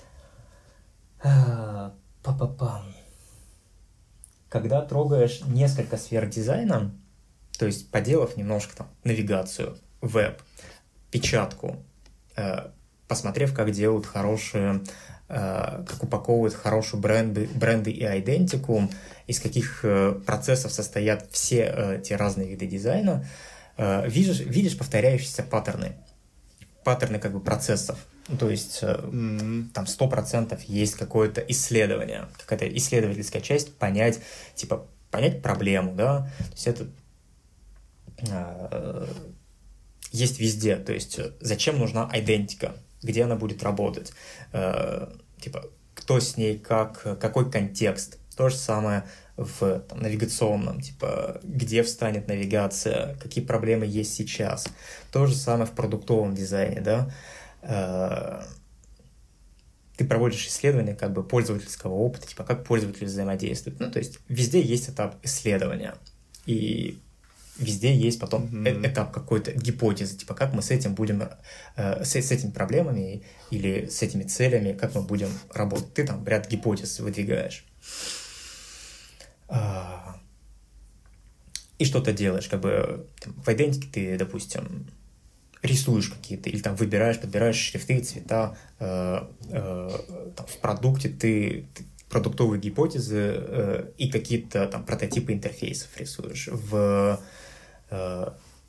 А, па-па-пам. Когда трогаешь несколько сфер дизайна, то есть поделав немножко там навигацию, веб, печатку, э, посмотрев, как делают хорошие, э, как упаковывают хорошие бренды, бренды и идентику, из каких э, процессов состоят все э, те разные виды дизайна, э, видишь, видишь повторяющиеся паттерны. паттерны как бы процессов. То есть mm-hmm. там сто процентов есть какое-то исследование, какая-то исследовательская часть, понять, типа, понять проблему, да, то есть это э, есть везде, то есть зачем нужна идентика, где она будет работать, э, типа, кто с ней, как, какой контекст. То же самое в там, навигационном, типа, где встанет навигация, какие проблемы есть сейчас. То же самое в продуктовом дизайне, да. Ты проводишь исследование как бы пользовательского опыта, типа, как пользователь взаимодействует. Ну, то есть везде есть этап исследования. И везде есть потом mm-hmm. этап какой-то гипотезы, типа, как мы с этим будем, э, с, с этими проблемами или с этими целями, как мы будем работать. Ты там ряд гипотез выдвигаешь. И что-то делаешь, как бы там, в идентике ты, допустим, рисуешь какие-то, или там выбираешь, подбираешь шрифты, цвета, э, э, там, в продукте ты, ты продуктовые гипотезы э, и какие-то там прототипы интерфейсов рисуешь. В, э,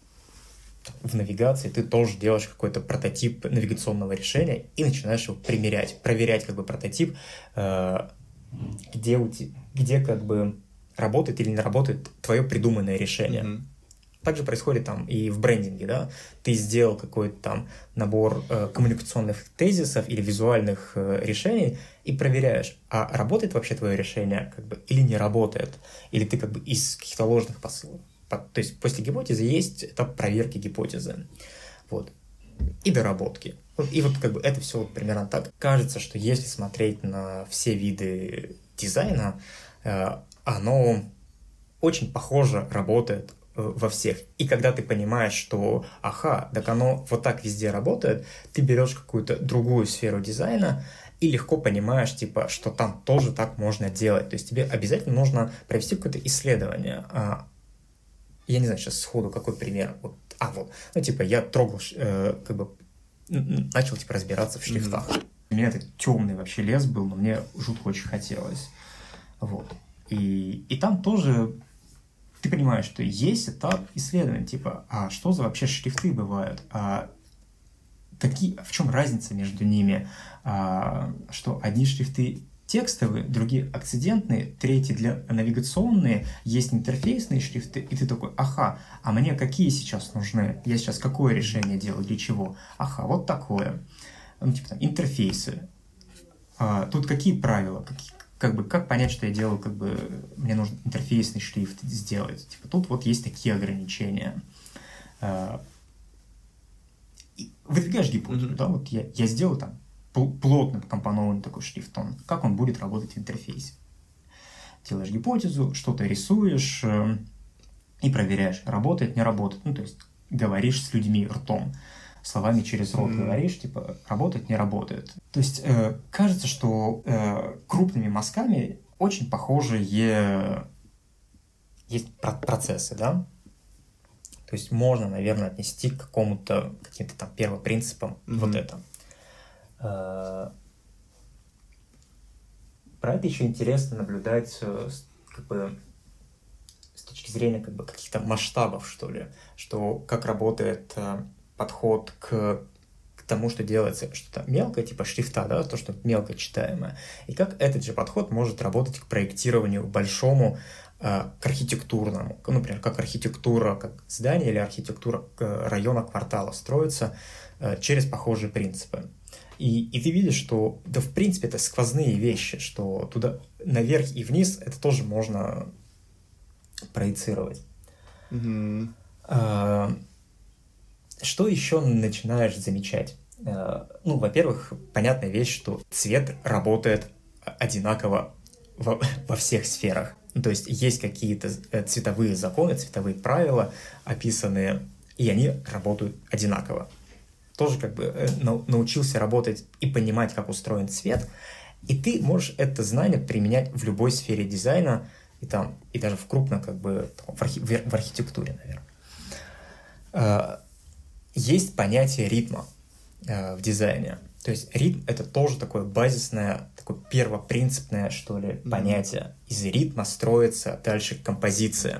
в навигации ты тоже делаешь какой-то прототип навигационного решения и начинаешь его примерять, проверять как бы прототип, э, где, у тебя, где как бы работает или не работает твое придуманное решение. Mm-hmm. Так же происходит там и в брендинге, да. Ты сделал какой-то там набор э, коммуникационных тезисов или визуальных э, решений и проверяешь, а работает вообще твое решение как бы или не работает, или ты как бы из каких-то ложных посылов. То есть после гипотезы есть этап проверки гипотезы. Вот. И доработки. И вот как бы это все вот примерно так. Кажется, что если смотреть на все виды дизайна, э, оно очень похоже работает во всех. И когда ты понимаешь, что ага, так оно вот так везде работает, ты берешь какую-то другую сферу дизайна и легко понимаешь, типа, что там тоже так можно делать. То есть тебе обязательно нужно провести какое-то исследование. Я не знаю сейчас сходу какой пример. Вот, а вот, ну типа я трогал, э, как бы начал типа разбираться в шрифтах. Mm-hmm. У меня это темный вообще лес был, но мне жутко очень хотелось. Вот. И, и там тоже ты понимаешь, что есть этап исследования, типа, а что за вообще шрифты бывают, а какие, в чем разница между ними, а, что одни шрифты текстовые, другие акцидентные, третьи для навигационные, есть интерфейсные шрифты, и ты такой, ага, а мне какие сейчас нужны, я сейчас какое решение делаю, для чего, ага, вот такое, ну, типа там интерфейсы, а, тут какие правила, какие как бы, как понять, что я делаю, как бы, мне нужно интерфейсный шрифт сделать. Типа, тут вот есть такие ограничения. И выдвигаешь гипотезу, mm-hmm. да, вот я, я сделаю там плотно компонованный такой шрифт, он, как он будет работать в интерфейсе. Делаешь гипотезу, что-то рисуешь э, и проверяешь, работает, не работает. Ну, то есть, говоришь с людьми ртом. Словами через рот mm-hmm. говоришь, типа, работает, не работает. То есть, э, кажется, что э, крупными мазками очень похожие есть процессы, да? То есть, можно, наверное, отнести к какому-то, каким-то там первопринципам mm-hmm. вот это. Про это еще интересно наблюдать как бы с точки зрения как бы каких-то масштабов, что ли, что как работает подход к, к тому, что делается что-то мелкое, типа шрифта, да, то, что мелко читаемое, и как этот же подход может работать к проектированию большому, к архитектурному, например, как архитектура как здания или архитектура района, квартала строится через похожие принципы. И, и ты видишь, что, да, в принципе, это сквозные вещи, что туда наверх и вниз это тоже можно проецировать. Mm-hmm. А, что еще начинаешь замечать? А, ну, во-первых, понятная вещь, что цвет работает одинаково во, во всех сферах. То есть есть какие-то цветовые законы, цветовые правила описанные, и они работают одинаково. Тоже как бы научился работать и понимать, как устроен цвет, и ты можешь это знание применять в любой сфере дизайна, и, там, и даже в крупно, как бы, в, архи... в архитектуре, наверное. Есть понятие ритма в дизайне. То есть ритм — это тоже такое базисное, такое первопринципное, что ли, mm-hmm. понятие. Из ритма строится дальше композиция.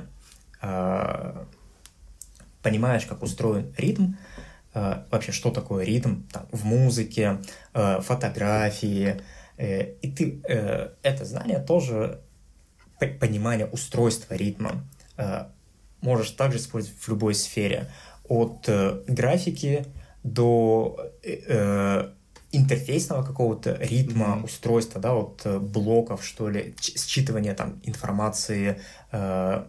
Понимаешь, как устроен ритм, вообще, что такое ритм там, в музыке, фотографии, и ты это знание тоже, понимание устройства ритма, можешь также использовать в любой сфере, от графики до интерфейсного какого-то ритма, mm-hmm. устройства, да, от блоков, что ли, считывания там информации, когда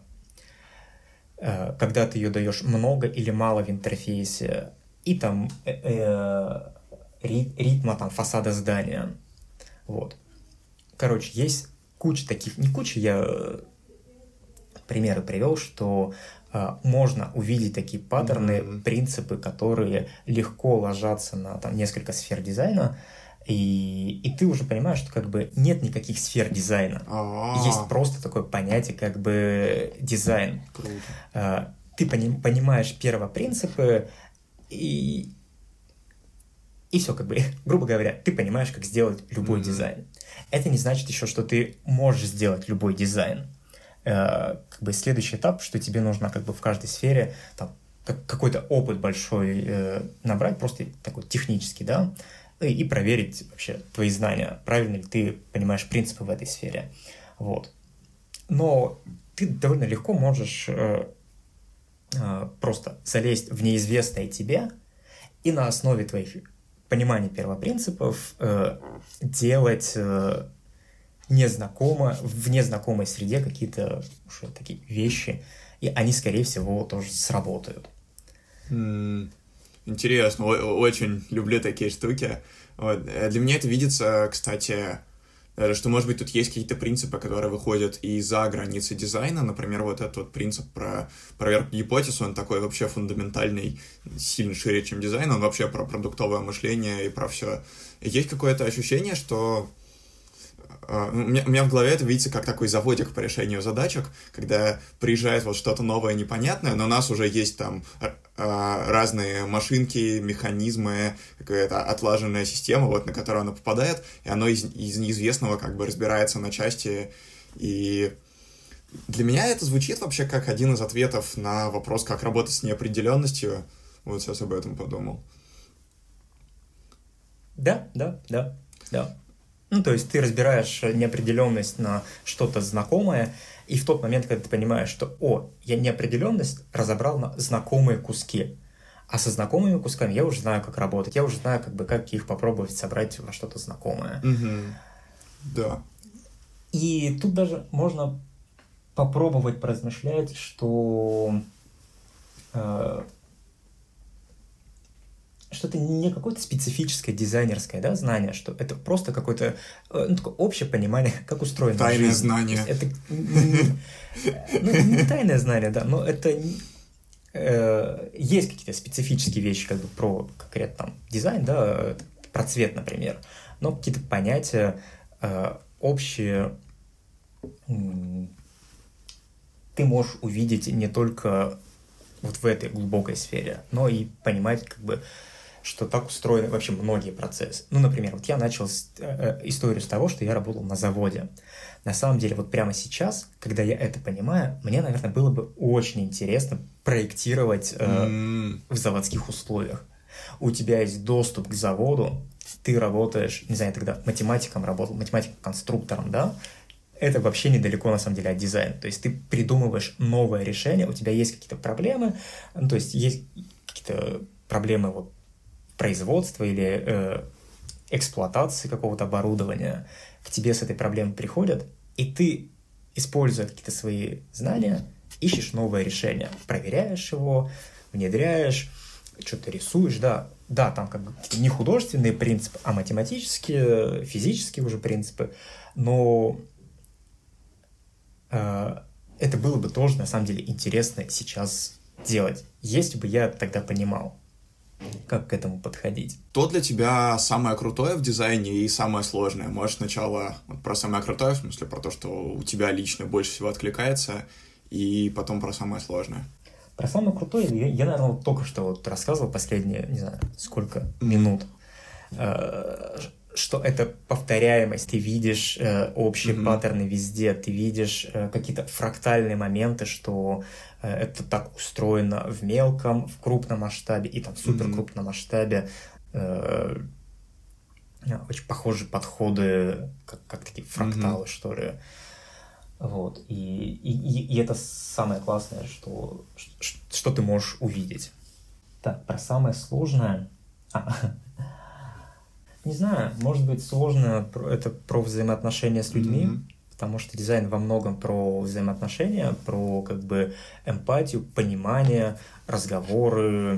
ты ее даешь много или мало в интерфейсе, и там э, э, ритма там, фасада здания. Вот. Короче, есть куча таких, не куча, я примеры привел, что э, можно увидеть такие паттерны, mm-hmm. принципы, которые легко ложатся на там, несколько сфер дизайна, и, и ты уже понимаешь, что как бы нет никаких сфер дизайна. Oh. Есть просто такое понятие, как бы дизайн. Э, ты пони- понимаешь первопринципы, И, и все, как бы, грубо говоря, ты понимаешь, как сделать любой mm-hmm. дизайн. Это не значит еще, что ты можешь сделать любой дизайн. Э, как бы следующий этап, что тебе нужно как бы в каждой сфере там, как, какой-то опыт большой э, набрать, просто такой технический, да, и, и проверить вообще твои знания, правильно ли ты понимаешь принципы в этой сфере. Вот. Но ты довольно легко можешь... Э, просто залезть в неизвестное тебе и на основе твоих понимания первопринципов э, делать э, незнакомо, в незнакомой среде какие-то уже такие вещи, и они, скорее всего, тоже сработают. Mm, интересно, О- очень люблю такие штуки. Вот. Для меня это видится, кстати, что, может быть, тут есть какие-то принципы, которые выходят и за границы дизайна. Например, вот этот вот принцип про проверку гипотез, он такой вообще фундаментальный, сильно шире, чем дизайн. Он вообще про продуктовое мышление и про все. И есть какое-то ощущение, что... Uh, у, меня, у меня в голове это видится как такой заводик по решению задачек, когда приезжает вот что-то новое, непонятное, но у нас уже есть там uh, разные машинки, механизмы, какая-то отлаженная система, вот, на которую оно попадает, и оно из, из неизвестного как бы разбирается на части. И для меня это звучит вообще как один из ответов на вопрос, как работать с неопределенностью. Вот сейчас об этом подумал. Да, да, да, да. Ну, то есть ты разбираешь неопределенность на что-то знакомое, и в тот момент, когда ты понимаешь, что, о, я неопределенность разобрал на знакомые куски, а со знакомыми кусками я уже знаю, как работать, я уже знаю, как бы, как их попробовать собрать во что-то знакомое. Mm-hmm. Да. И тут даже можно попробовать поразмышлять, что... Э, что это не какое-то специфическое дизайнерское, да, знание, что это просто какое-то ну, такое общее понимание, как устроено. Тайное жизнь. Знание. Это ну, не тайное знание, да, но это э, есть какие-то специфические вещи как бы про конкретно там дизайн, да, про цвет, например, но какие-то понятия э, общие э, ты можешь увидеть не только вот в этой глубокой сфере, но и понимать как бы что так устроены вообще многие процессы. Ну, например, вот я начал с, э, историю с того, что я работал на заводе. На самом деле, вот прямо сейчас, когда я это понимаю, мне, наверное, было бы очень интересно проектировать э, mm. в заводских условиях. У тебя есть доступ к заводу, ты работаешь, не знаю, тогда математиком работал, математиком-конструктором, да, это вообще недалеко, на самом деле, от дизайна. То есть ты придумываешь новое решение, у тебя есть какие-то проблемы, ну, то есть есть какие-то проблемы вот, производства или э, эксплуатации какого-то оборудования, к тебе с этой проблемой приходят, и ты, используя какие-то свои знания, ищешь новое решение, проверяешь его, внедряешь, что-то рисуешь, да, да, там как бы не художественные принципы, а математические, физические уже принципы, но э, это было бы тоже, на самом деле, интересно сейчас делать, если бы я тогда понимал, как к этому подходить. Что для тебя самое крутое в дизайне и самое сложное? Можешь сначала вот про самое крутое, в смысле про то, что у тебя лично больше всего откликается, и потом про самое сложное. Про самое крутое я, я наверное, вот только что вот рассказывал последние, не знаю, сколько минут, э, что это повторяемость. Ты видишь э, общие mm-hmm. паттерны везде, ты видишь э, какие-то фрактальные моменты, что э, это так устроено в мелком, в крупном масштабе и там в суперкрупном масштабе. Э, очень похожие подходы, как, как такие фракталы, mm-hmm. что ли. Вот. И, и, и это самое классное, что, что, что ты можешь увидеть. Так, про самое сложное... А, не знаю, может быть, сложно это про взаимоотношения с людьми, mm-hmm. потому что дизайн во многом про взаимоотношения, про как бы эмпатию, понимание, разговоры,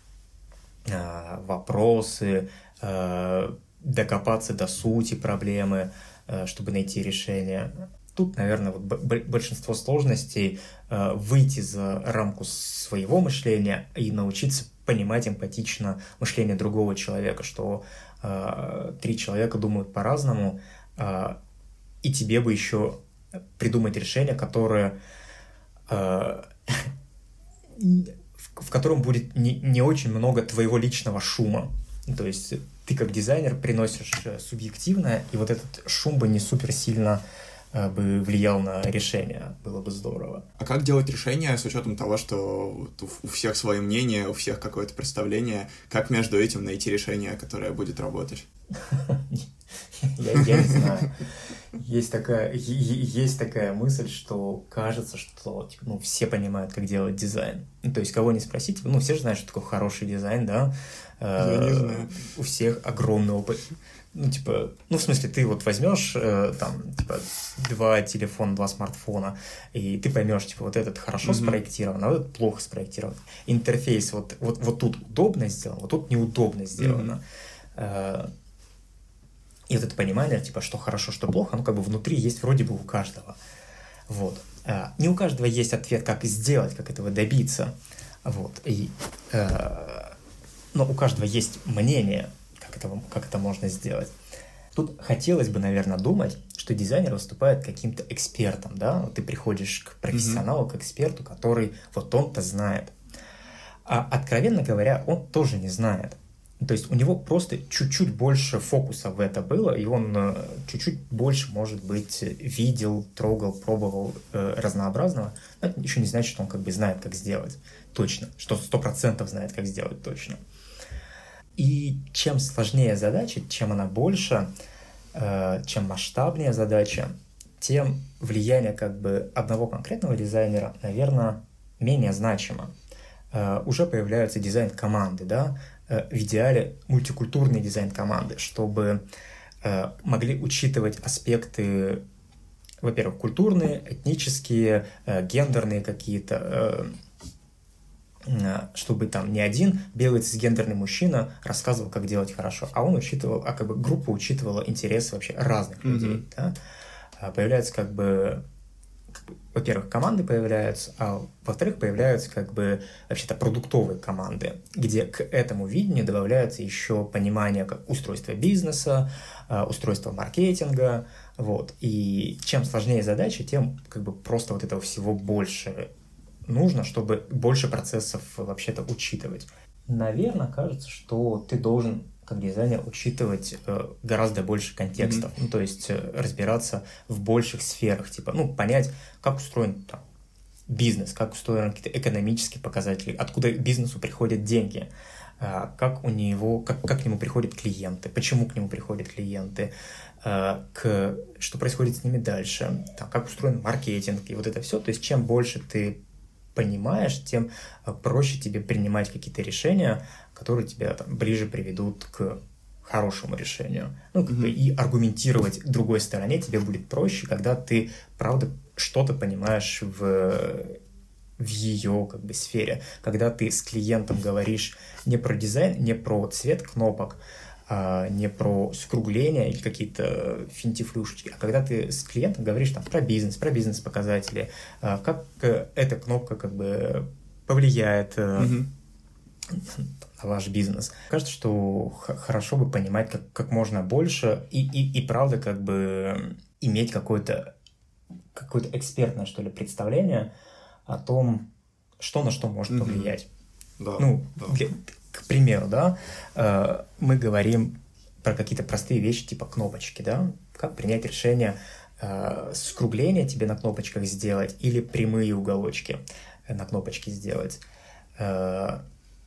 вопросы, докопаться до сути проблемы, чтобы найти решение. Тут, наверное, вот большинство сложностей э, выйти за рамку своего мышления и научиться понимать эмпатично мышление другого человека, что э, три человека думают по-разному, э, и тебе бы еще придумать решение, которое, э, в, в котором будет не, не очень много твоего личного шума. То есть ты как дизайнер приносишь субъективное, и вот этот шум бы не супер сильно бы влиял на решение, было бы здорово. А как делать решение с учетом того, что у всех свое мнение, у всех какое-то представление, как между этим найти решение, которое будет работать? Я не знаю. Есть такая, есть такая мысль, что кажется, что типа, ну, все понимают, как делать дизайн. Ну, то есть, кого не спросить, ну, все же знают, что такое хороший дизайн, да? Я не знаю. У всех огромный опыт. Ну, типа, ну, в смысле, ты вот возьмешь э, там, типа, два телефона, два смартфона, и ты поймешь, типа, вот этот хорошо mm-hmm. спроектирован, а вот этот плохо спроектирован. Интерфейс вот, вот, вот тут удобно сделан, вот тут неудобно сделано. Mm-hmm. Э, и вот это понимание, типа, что хорошо, что плохо, оно как бы внутри есть вроде бы у каждого. Вот. Э, не у каждого есть ответ, как сделать, как этого добиться. Вот. И, э, но у каждого есть мнение, Как это, как это можно сделать. Тут хотелось бы, наверное, думать, что дизайнер выступает каким-то экспертом, да, ты приходишь к профессионалу, mm-hmm. к эксперту, который вот он-то знает. А откровенно говоря, он тоже не знает. То есть у него просто чуть-чуть больше фокуса в это было, и он чуть-чуть больше, может быть, видел, трогал, пробовал э, разнообразного, но это еще не значит, что он как бы знает, как сделать точно, что сто процентов знает, как сделать точно. И чем сложнее задача, чем она больше, э, чем масштабнее задача, тем влияние как бы одного конкретного дизайнера, наверное, менее значимо. Э, уже появляются дизайн-команды, да, э, в идеале мультикультурные дизайн-команды, чтобы э, могли учитывать аспекты, во-первых, культурные, этнические, э, гендерные какие-то, э, чтобы там не один белый цисгендерный мужчина рассказывал, как делать хорошо, а он учитывал, а как бы группа учитывала интересы вообще разных mm-hmm. людей. Да? Появляются как бы, как бы, во-первых, команды появляются, а во-вторых, появляются как бы вообще-то продуктовые команды, где к этому видению добавляется еще понимание как устройства бизнеса, устройства маркетинга, вот. И чем сложнее задача, тем как бы просто вот этого всего больше нужно, чтобы больше процессов вообще-то учитывать. наверное, кажется, что ты должен как дизайнер учитывать э, гораздо больше контекстов, mm-hmm. ну, то есть э, разбираться в больших сферах, типа, ну, понять, как устроен там бизнес, как устроены какие-то экономические показатели, откуда бизнесу приходят деньги, э, как у него, как, как к нему приходят клиенты, почему к нему приходят клиенты, э, к, что происходит с ними дальше, там, как устроен маркетинг и вот это все. То есть чем больше ты понимаешь, тем проще тебе принимать какие-то решения, которые тебя там ближе приведут к хорошему решению. Ну, как mm-hmm. бы и аргументировать другой стороне тебе будет проще, когда ты, правда, что-то понимаешь в, в ее как бы сфере. Когда ты с клиентом говоришь не про дизайн, не про цвет кнопок, а не про скругления или какие-то финтифлюшечки, а когда ты с клиентом говоришь там про бизнес, про бизнес-показатели, как эта кнопка как бы повлияет mm-hmm. на ваш бизнес. Кажется, что х- хорошо бы понимать как, как можно больше и, и, и правда как бы иметь какое-то, какое-то экспертное, что ли, представление о том, что на что может повлиять. Mm-hmm. Да, ну, да. Для, к примеру, да, э, мы говорим про какие-то простые вещи типа кнопочки, да, как принять решение э, скругление тебе на кнопочках сделать или прямые уголочки на кнопочке сделать. Э,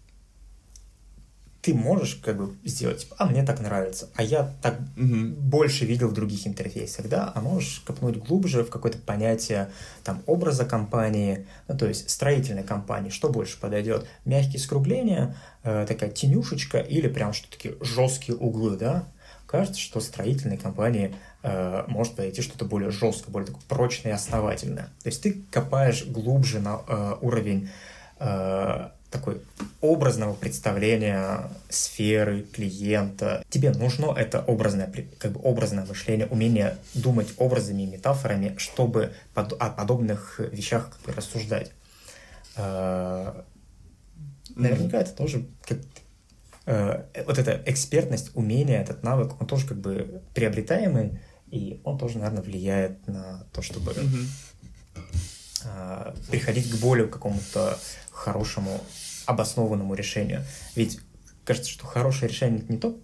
ты можешь как бы сделать, типа, а мне так нравится, а я так mm-hmm. больше видел в других интерфейсах, да, а можешь копнуть глубже в какое-то понятие там образа компании, ну, то есть строительной компании, что больше подойдет, мягкие скругления, э, такая тенюшечка или прям что-то такие жесткие углы, да, кажется, что строительной компании э, может подойти что-то более жесткое, более такое прочное и основательное, то есть ты копаешь глубже на э, уровень э, такой образного представления сферы, клиента. Тебе нужно это образное, как бы образное мышление, умение думать образами и метафорами, чтобы под, о подобных вещах как бы рассуждать. Наверняка mm-hmm. это тоже как, вот эта экспертность, умение, этот навык, он тоже как бы приобретаемый, и он тоже, наверное, влияет на то, чтобы mm-hmm. приходить к более какому-то хорошему, обоснованному решению. Ведь кажется, что хорошее решение не то,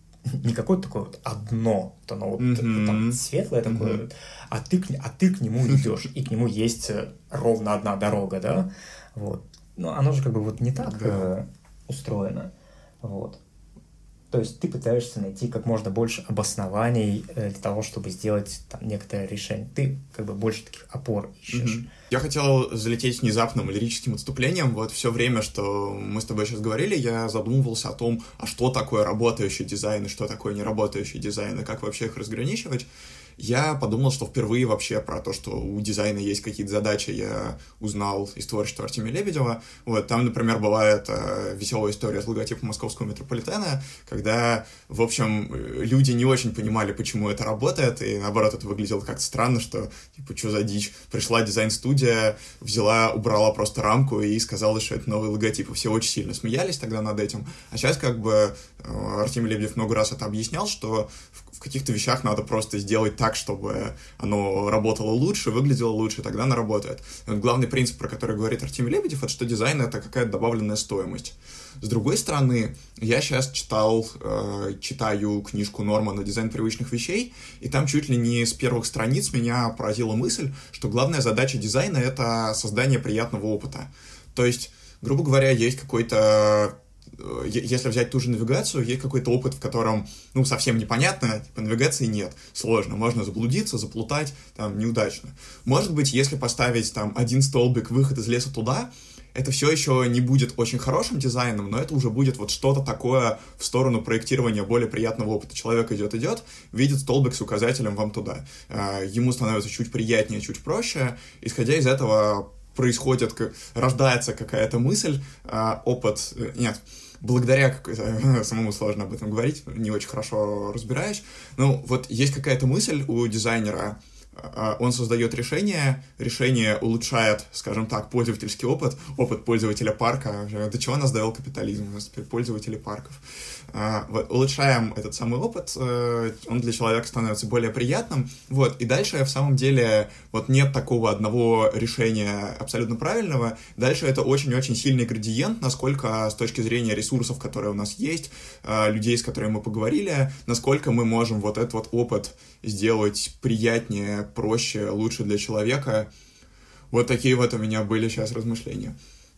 не какое-то такое вот одно, то оно вот mm-hmm. там светлое такое, mm-hmm. а, ты, а ты к нему идешь, и к нему есть ровно одна дорога, да, вот. Но оно же как бы вот не так mm-hmm. устроено, вот. То есть ты пытаешься найти как можно больше обоснований для того, чтобы сделать там некоторое решение. Ты как бы больше таких опор ищешь. Mm-hmm. Я хотел залететь внезапным лирическим отступлением. Вот все время, что мы с тобой сейчас говорили, я задумывался о том, а что такое работающий дизайн и что такое неработающий дизайн, и как вообще их разграничивать. Я подумал, что впервые вообще про то, что у дизайна есть какие-то задачи, я узнал из творчества Артемия Лебедева. Вот, там, например, бывает э, веселая история с логотипом московского метрополитена, когда, в общем, люди не очень понимали, почему это работает, и, наоборот, это выглядело как-то странно, что, типа, что за дичь? Пришла дизайн-студия, взяла, убрала просто рамку и сказала, что это новый логотип, и все очень сильно смеялись тогда над этим. А сейчас, как бы, э, Артемий Лебедев много раз это объяснял, что в, в каких-то вещах надо просто сделать так, чтобы оно работало лучше, выглядело лучше, тогда оно работает. И вот главный принцип, про который говорит Артемий Лебедев, это что дизайн — это какая-то добавленная стоимость. С другой стороны, я сейчас читал, э, читаю книжку Нормана «Дизайн привычных вещей», и там чуть ли не с первых страниц меня поразила мысль, что главная задача дизайна — это создание приятного опыта. То есть, грубо говоря, есть какой-то... Если взять ту же навигацию, есть какой-то опыт, в котором, ну, совсем непонятно, типа, навигации нет, сложно, можно заблудиться, заплутать, там, неудачно. Может быть, если поставить, там, один столбик, выход из леса туда, это все еще не будет очень хорошим дизайном, но это уже будет вот что-то такое в сторону проектирования более приятного опыта. Человек идет-идет, видит столбик с указателем вам туда. Ему становится чуть приятнее, чуть проще. Исходя из этого происходит, рождается какая-то мысль, опыт... Нет, благодаря какой-то... Самому сложно об этом говорить, не очень хорошо разбираюсь. Ну, вот есть какая-то мысль у дизайнера, он создает решение, решение улучшает, скажем так, пользовательский опыт, опыт пользователя парка. До чего нас довел капитализм? У нас теперь пользователи парков. Вот, улучшаем этот самый опыт, он для человека становится более приятным. Вот, и дальше, в самом деле, вот нет такого одного решения абсолютно правильного. Дальше это очень-очень сильный градиент, насколько с точки зрения ресурсов, которые у нас есть, людей, с которыми мы поговорили, насколько мы можем вот этот вот опыт сделать приятнее, проще, лучше для человека. Вот такие вот у меня были сейчас размышления.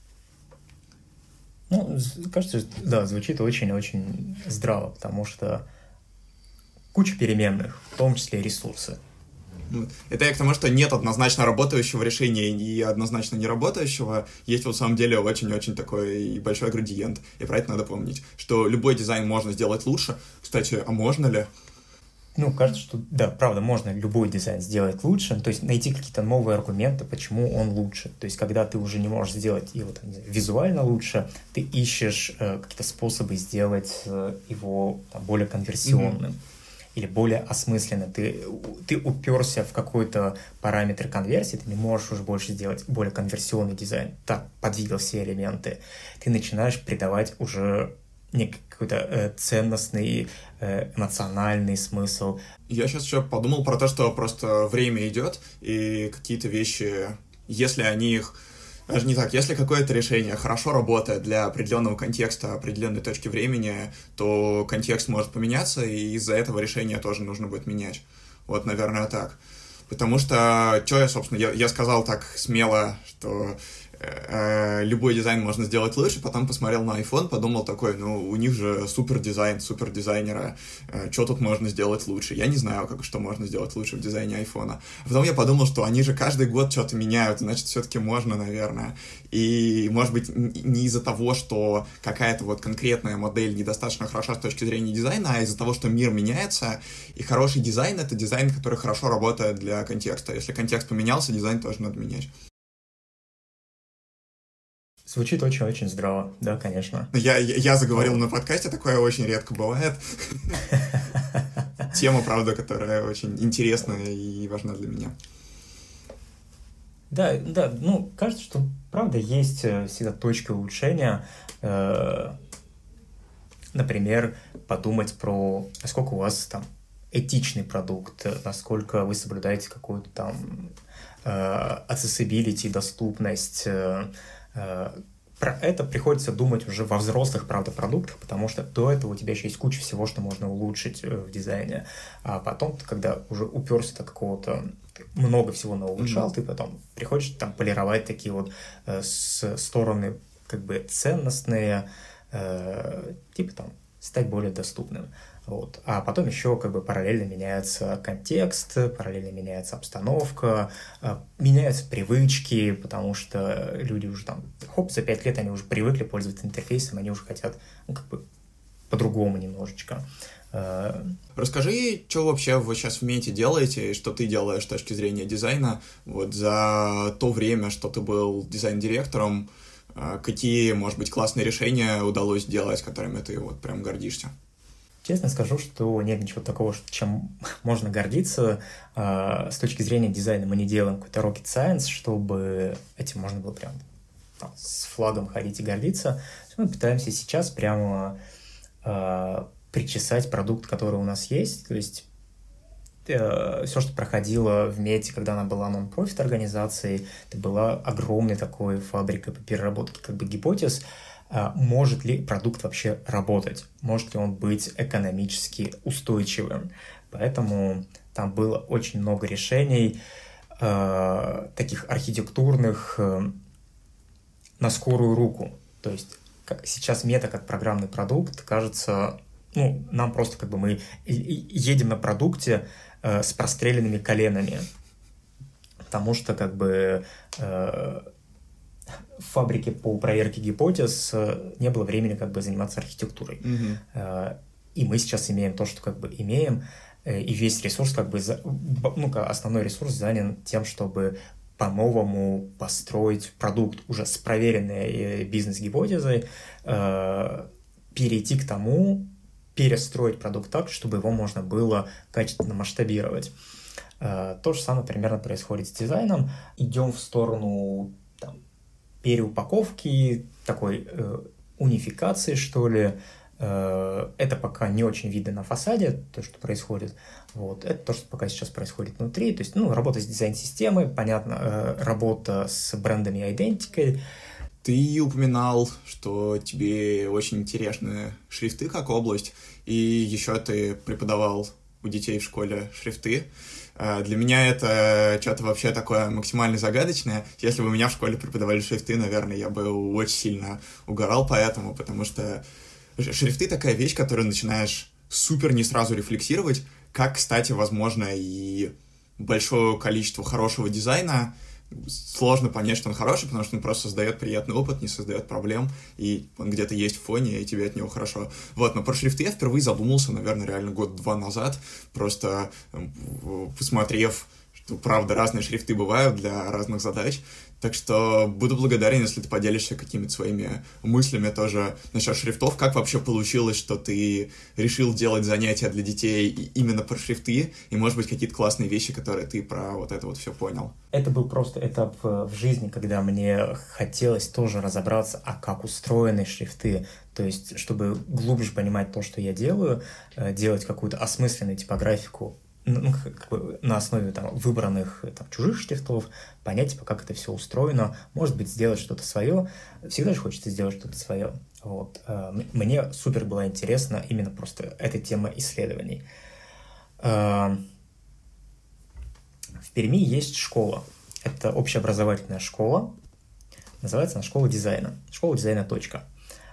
Ну, кажется, да, звучит очень-очень здраво, потому что куча переменных, в том числе и ресурсы. Это я к тому, что нет однозначно работающего решения и однозначно не работающего. Есть вот, в самом деле очень-очень такой большой градиент. И про это надо помнить, что любой дизайн можно сделать лучше. Кстати, а можно ли? Ну, кажется, что, да, правда, можно любой дизайн сделать лучше, то есть найти какие-то новые аргументы, почему он лучше. То есть, когда ты уже не можешь сделать его там, визуально лучше, ты ищешь э, какие-то способы сделать э, его там, более конверсионным mm-hmm. или более осмысленным. Ты, ты уперся в какой-то параметр конверсии, ты не можешь уже больше сделать более конверсионный дизайн. Так, подвигал все элементы. Ты начинаешь придавать уже некий какой-то э, ценностный, э, эмоциональный смысл. Я сейчас еще подумал про то, что просто время идет, и какие-то вещи, если они их... Даже не так, если какое-то решение хорошо работает для определенного контекста, определенной точки времени, то контекст может поменяться, и из-за этого решения тоже нужно будет менять. Вот, наверное, так. Потому что, что я, собственно, я, я сказал так смело, что э, любой дизайн можно сделать лучше, потом посмотрел на iPhone, подумал такой, ну, у них же супер дизайн, супер дизайнера, э, что тут можно сделать лучше? Я не знаю, как, что можно сделать лучше в дизайне iPhone. А потом я подумал, что они же каждый год что-то меняют, значит, все-таки можно, наверное. И, может быть, не из-за того, что какая-то вот конкретная модель недостаточно хороша с точки зрения дизайна, а из-за того, что мир меняется, и хороший дизайн — это дизайн, который хорошо работает для контекста. Если контекст поменялся, дизайн тоже надо менять. Звучит очень-очень здраво, да, конечно. Я, я, я заговорил на подкасте, такое очень редко бывает. Тема, правда, которая очень интересная и важна для меня. Да, да, ну, кажется, что, правда, есть всегда точка улучшения. Например, подумать про, насколько у вас там этичный продукт, насколько вы соблюдаете какую-то там accessibility, доступность. Про это приходится думать уже во взрослых, правда, продуктах, потому что до этого у тебя еще есть куча всего, что можно улучшить в дизайне. А потом, когда уже уперся до какого-то, много всего наулучшал, mm-hmm. ты потом приходишь там полировать такие вот э, с стороны как бы ценностные, э, типа там стать более доступным. Вот. А потом еще как бы параллельно меняется контекст, параллельно меняется обстановка, меняются привычки, потому что люди уже там, хоп, за пять лет они уже привыкли пользоваться интерфейсом, они уже хотят, ну, как бы по-другому немножечко. Расскажи, что вообще вы сейчас в Мете делаете, и что ты делаешь с точки зрения дизайна, вот за то время, что ты был дизайн-директором, какие, может быть, классные решения удалось сделать, которыми ты вот прям гордишься? Честно скажу, что нет ничего такого, чем можно гордиться. С точки зрения дизайна мы не делаем какой-то rocket science, чтобы этим можно было прям там, с флагом ходить и гордиться. Мы пытаемся сейчас прямо э, причесать продукт, который у нас есть. То есть э, все, что проходило в Мете, когда она была нон-профит организацией, это была огромной такой фабрикой по переработке как бы гипотез. Может ли продукт вообще работать, может ли он быть экономически устойчивым. Поэтому там было очень много решений, э, таких архитектурных э, на скорую руку. То есть как, сейчас Мета как программный продукт кажется, ну, нам просто как бы мы едем на продукте э, с простреленными коленами, потому что как бы... Э, в фабрике по проверке гипотез не было времени как бы заниматься архитектурой. Mm-hmm. И мы сейчас имеем то, что как бы имеем, и весь ресурс как бы, ну, основной ресурс занят тем, чтобы по-новому построить продукт уже с проверенной бизнес-гипотезой, перейти к тому, перестроить продукт так, чтобы его можно было качественно масштабировать. То же самое примерно происходит с дизайном. Идем в сторону там, переупаковки, такой э, унификации, что ли. Э, это пока не очень видно на фасаде, то, что происходит. Вот. Это то, что пока сейчас происходит внутри. То есть, ну, работа с дизайн-системой, понятно, э, работа с брендами и идентикой. Ты упоминал, что тебе очень интересны шрифты как область, и еще ты преподавал у детей в школе шрифты. Для меня это что-то вообще такое максимально загадочное. Если бы у меня в школе преподавали шрифты, наверное, я бы очень сильно угорал по этому, потому что шрифты такая вещь, которую начинаешь супер не сразу рефлексировать, как, кстати, возможно, и большое количество хорошего дизайна. Сложно понять, что он хороший, потому что он просто создает приятный опыт, не создает проблем, и он где-то есть в фоне, и тебе от него хорошо. Вот, но про шрифты я впервые задумался, наверное, реально год-два назад, просто посмотрев, что, правда, разные шрифты бывают для разных задач. Так что буду благодарен, если ты поделишься какими-то своими мыслями тоже насчет шрифтов. Как вообще получилось, что ты решил делать занятия для детей именно про шрифты? И, может быть, какие-то классные вещи, которые ты про вот это вот все понял? Это был просто этап в жизни, когда мне хотелось тоже разобраться, а как устроены шрифты. То есть, чтобы глубже понимать то, что я делаю, делать какую-то осмысленную типографику, ну, как бы на основе там, выбранных там, чужих шрифтов, понять, типа, как это все устроено, может быть, сделать что-то свое. Всегда же хочется сделать что-то свое. Вот. Мне супер было интересно именно просто эта тема исследований. В Перми есть школа. Это общеобразовательная школа. Называется она «Школа дизайна». Школа дизайна. Точка.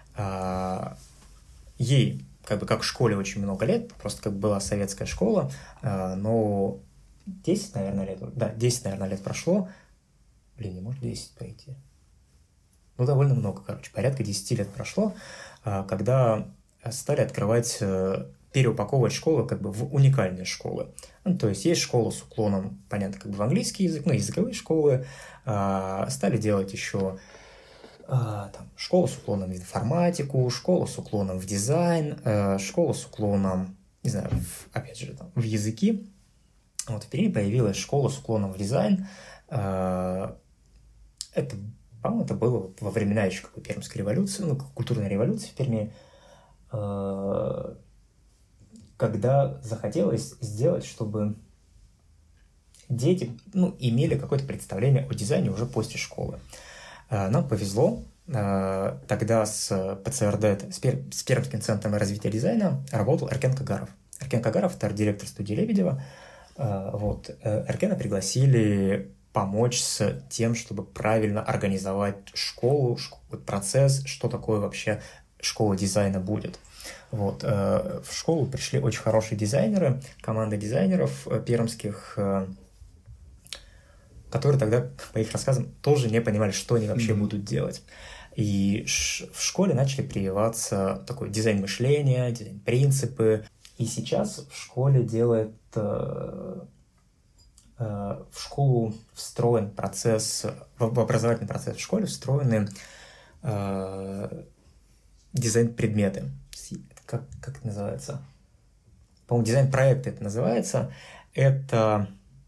Ей как бы как в школе очень много лет, просто как была советская школа, но десять, наверное, лет, да, десять, наверное, лет прошло, блин, не может десять пойти, ну, довольно много, короче, порядка десять лет прошло, когда стали открывать, переупаковывать школы как бы в уникальные школы. Ну, то есть есть школа с уклоном, понятно, как бы в английский язык, ну, языковые школы, стали делать еще там, школа с уклоном в информатику, школа с уклоном в дизайн, э, школа с уклоном, не знаю, в, опять же, там, в языки. Вот в Перми появилась школа с уклоном в дизайн. Э, это, по-моему, это было во времена еще как бы Пермской революции, ну, культурной революции в Перми, э, когда захотелось сделать, чтобы дети, ну, имели какое-то представление о дизайне уже после школы. Нам повезло, тогда с ПЦРД, с Пермским центром развития дизайна работал Эркен Кагаров. Эркен Кагаров – это арт-директор студии Лебедева. Вот. Эркена пригласили помочь с тем, чтобы правильно организовать школу, процесс, что такое вообще школа дизайна будет. Вот. В школу пришли очень хорошие дизайнеры, команда дизайнеров пермских, которые тогда, по их рассказам, тоже не понимали, что они вообще mm-hmm. будут делать. И в школе начали прививаться такой дизайн мышления, дизайн-принципы. И сейчас в школе делает... Э, э, в школу встроен процесс, в образовательный процесс в школе встроены э, дизайн-предметы. Как, как это называется? По-моему, дизайн-проекты это называется. Это...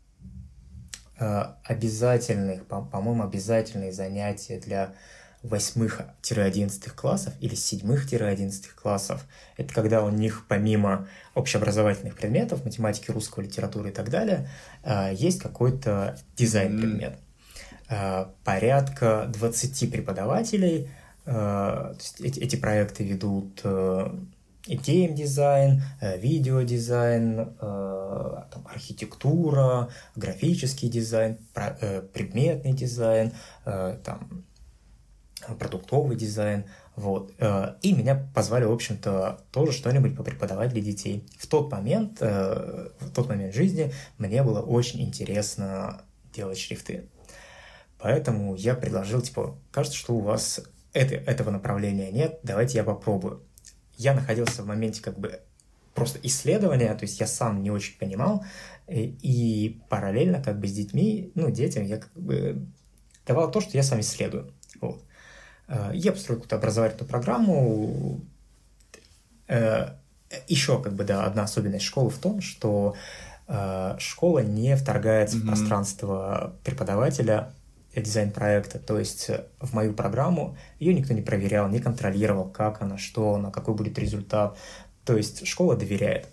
обязательных, по-моему, обязательные занятия для восьмых-одиннадцатых классов или седьмых-одиннадцатых классов. Это когда у них помимо общеобразовательных предметов, математики, русского, литературы и так далее, есть какой-то дизайн-предмет. Порядка двадцати преподавателей, то есть эти, эти проекты ведут и гейм-дизайн, видеодизайн, там, архитектура, графический дизайн, предметный дизайн, там, продуктовый дизайн. Вот. И меня позвали, в общем-то, тоже что-нибудь попреподавать для детей. В тот момент, в тот момент жизни мне было очень интересно делать шрифты. Поэтому я предложил, типа, кажется, что у вас это, этого направления нет, давайте я попробую. Я находился в моменте как бы просто исследования, то есть я сам не очень понимал, и, и параллельно как бы с детьми, ну, детям я как бы давал то, что я сам исследую. Вот. Я построил какую-то образовательную программу. Еще как бы, да, одна особенность школы в том, что школа не вторгается mm-hmm. в пространство преподавателя дизайн-проекта, то есть в мою программу ее никто не проверял, не контролировал, как она, что она, какой будет результат. То есть школа доверяет.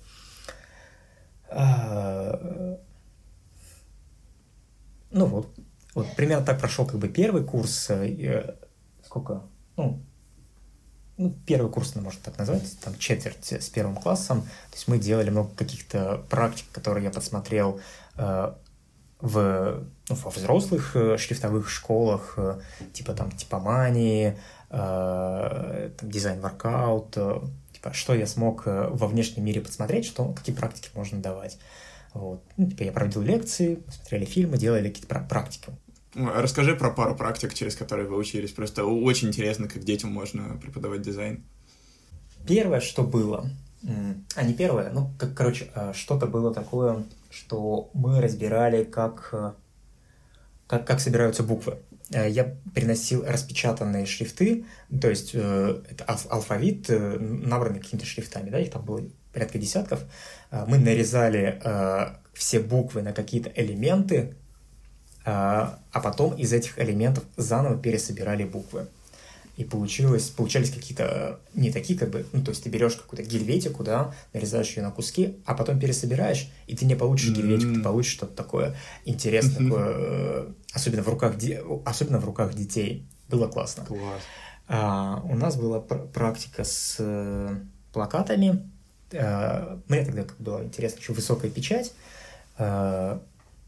Ну вот, вот примерно так прошел как бы первый курс. Сколько? Ну, ну, первый курс, можно так назвать, там четверть с первым классом. То есть мы делали много каких-то практик, которые я подсмотрел э, в, ну, во взрослых э, шрифтовых школах, э, типа там типомании, э, там, дизайн-воркаут, э, типа что я смог э, во внешнем мире подсмотреть, что, какие практики можно давать. Вот. Ну, типа я проводил лекции, смотрели фильмы, делали какие-то практики. Расскажи про пару практик, через которые вы учились. Просто очень интересно, как детям можно преподавать дизайн. Первое, что было... А, не первое, ну, как, короче, что-то было такое, что мы разбирали, как, как, как собираются буквы. Я приносил распечатанные шрифты, то есть это алфавит, набранный какими-то шрифтами, да, их там было порядка десятков. Мы нарезали все буквы на какие-то элементы, а потом из этих элементов заново пересобирали буквы. И получилось, получались какие-то не такие, как бы, ну, то есть ты берешь какую-то гельветику, да, нарезаешь ее на куски, а потом пересобираешь, и ты не получишь гельветику, ты получишь что-то такое интересное, такое, особенно в руках, особенно в руках детей. Было классно. Класс. А, у нас была пр- практика с плакатами. А, мне тогда было интересно, еще высокая печать. А,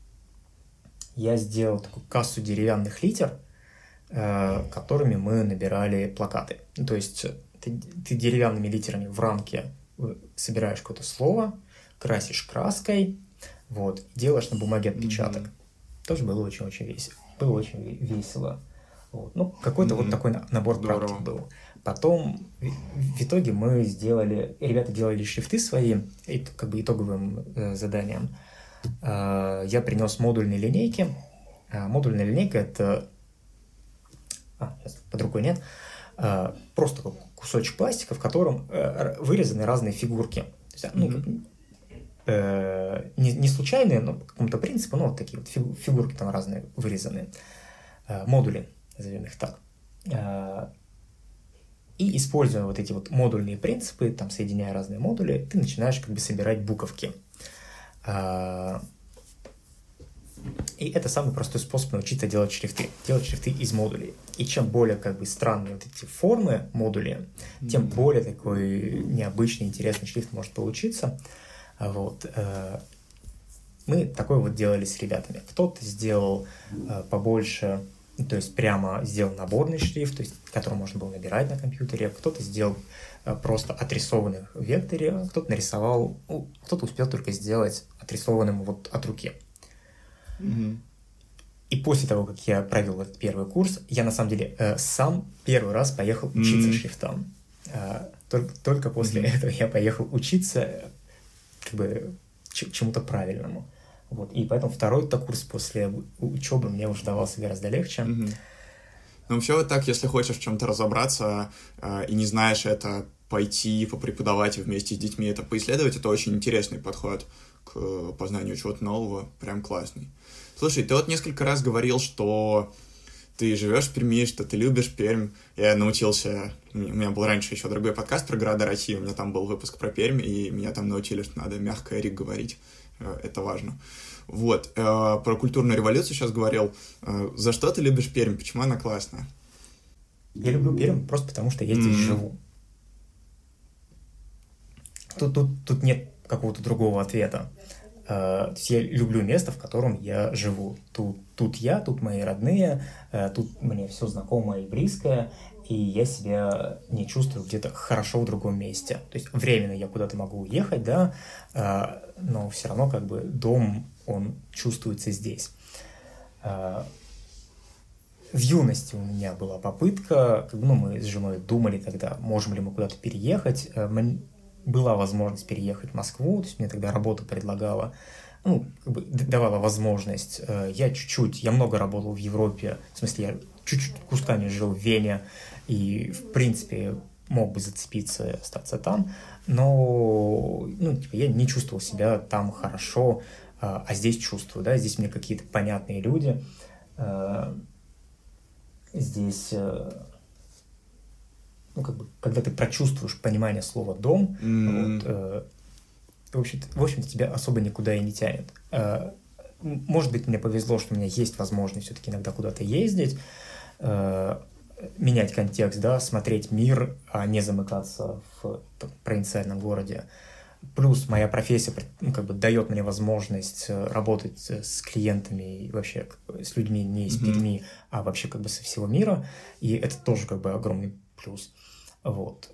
я сделал такую кассу деревянных литер, которыми мы набирали плакаты. То есть ты, ты деревянными литерами в рамке собираешь какое-то слово, красишь краской, вот, и делаешь на бумаге отпечаток. Mm-hmm. Тоже было очень-очень весело. Было очень весело. Вот. Ну, какой-то mm-hmm. вот такой набор Здорово. Практик был. Потом в итоге мы сделали, ребята делали шрифты свои, как бы итоговым э, заданием. Я принес модульные линейки. Модульная линейка — это... А, сейчас под рукой нет. Просто кусочек пластика, в котором вырезаны разные фигурки. То есть, ну, mm-hmm. не, не случайные, но по какому-то принципу, но вот такие вот фигурки там разные вырезаны. Модули, назовем их так. И используя вот эти вот модульные принципы, там, соединяя разные модули, ты начинаешь как бы собирать буковки. И это самый простой способ научиться делать шрифты. Делать шрифты из модулей. И чем более как бы странные вот эти формы модулей, тем mm-hmm. более такой необычный, интересный шрифт может получиться. Вот. Мы такое вот делали с ребятами. Кто-то сделал побольше, то есть прямо сделал наборный шрифт, то есть, который можно было набирать на компьютере. Кто-то сделал просто отрисованный в векторе, кто-то нарисовал, ну, кто-то успел только сделать отрисованным вот от руки. Mm-hmm. И после того, как я провел этот первый курс, я на самом деле э, сам первый раз поехал учиться mm-hmm. шрифтам. Э, только, только после mm-hmm. этого я поехал учиться как бы ч- чему-то правильному. Вот. И поэтому второй-то курс после учебы мне уже давался гораздо легче. Mm-hmm. Ну, вообще вот так, если хочешь в чем-то разобраться э, и не знаешь это, пойти, попреподавать вместе с детьми, это поисследовать, это очень интересный подход к познанию чего-то нового, прям классный. Слушай, ты вот несколько раз говорил, что ты живешь в Перми, что ты любишь Пермь. Я научился, у меня был раньше еще другой подкаст про города России, у меня там был выпуск про Пермь, и меня там научили, что надо мягко «рик» говорить, это важно. Вот, про культурную революцию сейчас говорил. За что ты любишь Пермь, почему она классная? Я люблю Пермь просто потому, что я здесь mm-hmm. живу. Тут, тут, тут нет какого-то другого ответа. Uh, я люблю место, в котором я живу. Тут, тут я, тут мои родные, uh, тут мне все знакомое и близкое, и я себя не чувствую где-то хорошо в другом месте. То есть временно я куда-то могу уехать, да, uh, но все равно как бы дом, он чувствуется здесь. Uh, в юности у меня была попытка, ну, мы с женой думали тогда, можем ли мы куда-то переехать. Uh, Была возможность переехать в Москву, то есть мне тогда работа предлагала, ну, как бы давала возможность. Я чуть-чуть, я много работал в Европе, в смысле, я чуть-чуть кусками жил в Вене, и, в принципе, мог бы зацепиться и остаться там, но ну, типа, я не чувствовал себя там хорошо, а, а здесь чувствую, да, здесь мне какие-то понятные люди, а, здесь, а, ну, как бы, когда ты прочувствуешь понимание слова «дом», mm-hmm. вот, а, в общем-то, в общем-то, тебя особо никуда и не тянет. А, может быть, мне повезло, что у меня есть возможность все-таки иногда куда-то ездить, а, менять контекст, да, смотреть мир, а не замыкаться в там, провинциальном городе. Плюс моя профессия ну, как бы дает мне возможность работать с клиентами и вообще с людьми не из Перми, mm-hmm. а вообще как бы со всего мира. И это тоже как бы огромный плюс. Вот.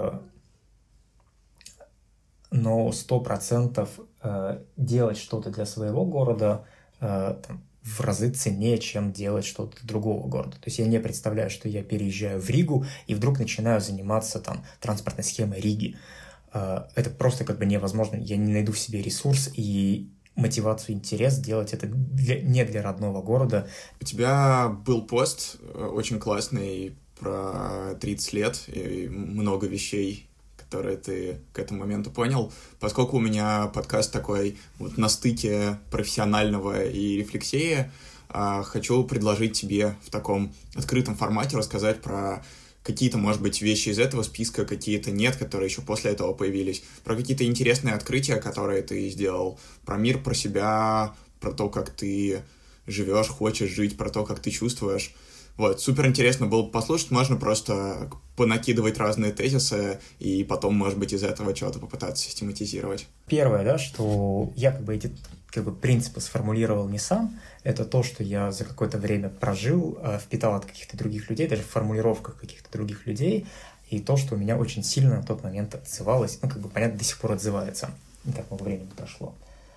Но сто процентов делать что-то для своего города там, в разы ценнее, чем делать что-то для другого города. То есть я не представляю, что я переезжаю в Ригу и вдруг начинаю заниматься там транспортной схемой Риги. Это просто как бы невозможно. Я не найду в себе ресурс и мотивацию, интерес делать это для, не для родного города. У тебя был пост очень классный про тридцать лет и много вещей, которые ты к этому моменту понял. Поскольку у меня подкаст такой вот на стыке профессионального и рефлексии, хочу предложить тебе в таком открытом формате рассказать про какие-то, может быть, вещи из этого списка, какие-то нет, которые еще после этого появились, про какие-то интересные открытия, которые ты сделал, про мир, про себя, про то, как ты живешь, хочешь жить, про то, как ты чувствуешь. Вот, супер интересно было послушать, можно просто понакидывать разные тезисы и потом, может быть, из этого чего-то попытаться систематизировать. Первое, да, что я как бы эти как бы, принципы сформулировал не сам, это то, что я за какое-то время прожил, впитал от каких-то других людей, даже в формулировках каких-то других людей, и то, что у меня очень сильно на тот момент отзывалось, ну, как бы, понятно, до сих пор отзывается, не так много времени прошло.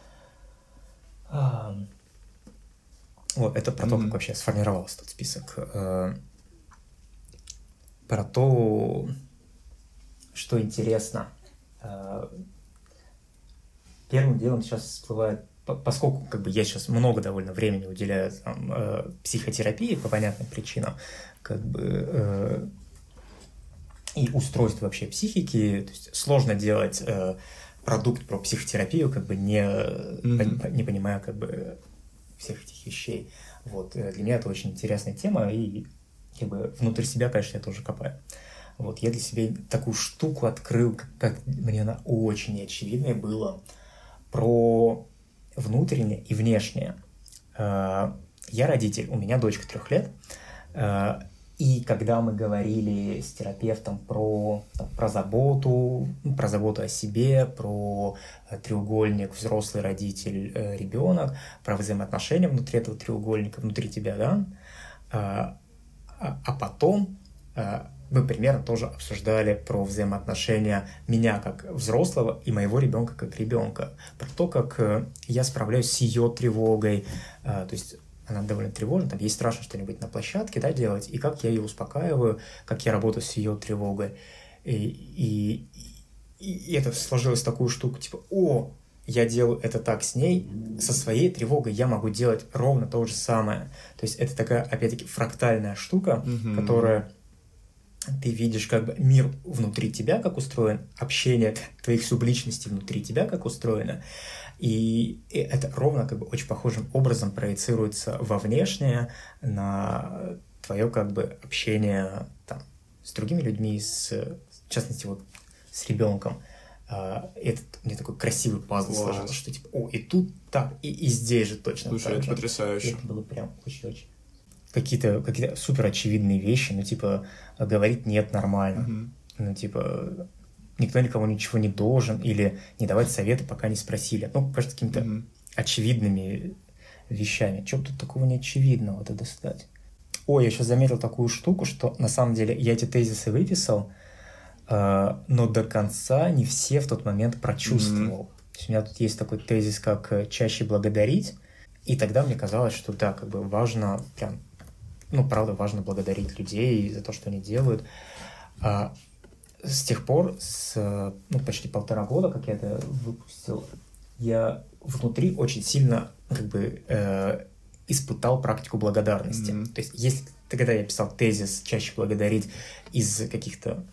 Вот, это про то, mm-hmm. как вообще сформировался тот список. Про то, что интересно. Первым делом сейчас всплывает, поскольку как бы, я сейчас много довольно времени уделяю там, психотерапии по понятным причинам, как бы, и устройству вообще психики, то есть сложно делать продукт про психотерапию, как бы не, mm-hmm. не понимая как бы всех этих вещей. Вот. Для меня это очень интересная тема, и как бы внутрь себя, конечно, я тоже копаю. Вот. Я для себя такую штуку открыл, как, как мне она очень неочевидная была, про внутреннее и внешнее. Я родитель, у меня дочка трех лет, и когда мы говорили с терапевтом про, там, про заботу, про заботу о себе, про треугольник взрослый родитель, ребенок, про взаимоотношения внутри этого треугольника, внутри тебя, да, а, а потом мы примерно тоже обсуждали про взаимоотношения меня как взрослого и моего ребенка как ребенка, про то, как я справляюсь с ее тревогой, то есть она довольно тревожна, там ей страшно что-нибудь на площадке, да, делать, и как я ее успокаиваю, как я работаю с ее тревогой. И, и, и это сложилось в такую штуку, типа, о, я делаю это так с ней, со своей тревогой я могу делать ровно то же самое. То есть это такая, опять-таки, фрактальная штука, mm-hmm. которая ты видишь как бы мир внутри тебя, как устроен, общение твоих субличностей внутри тебя, как устроено, и это ровно как бы очень похожим образом проецируется во внешнее, на твое как бы общение там, с другими людьми, с, в частности вот с ребенком. Это мне такой красивый пазл сложился, что типа, о, и тут так, и, и здесь же точно Слушай, так это же. потрясающе. И это было прям очень-очень. Какие-то, какие-то супер очевидные вещи, ну типа говорить нет нормально, mm-hmm. ну типа никто никому ничего не должен, или не давать советы, пока не спросили. Ну, просто какими-то mm-hmm. очевидными вещами. Чего тут такого неочевидного-то достать? Ой, я сейчас заметил такую штуку, что на самом деле я эти тезисы выписал, э, но до конца не все в тот момент прочувствовал. Mm-hmm. То есть у меня тут есть такой тезис, как чаще благодарить, и тогда мне казалось, что да, как бы важно прям, ну, правда, важно благодарить людей за то, что они делают. А с тех пор, с, ну, почти полтора года, как я это выпустил, я внутри очень сильно как бы э, испытал практику благодарности. Mm-hmm. То есть, если тогда я писал тезис «чаще благодарить» из каких-то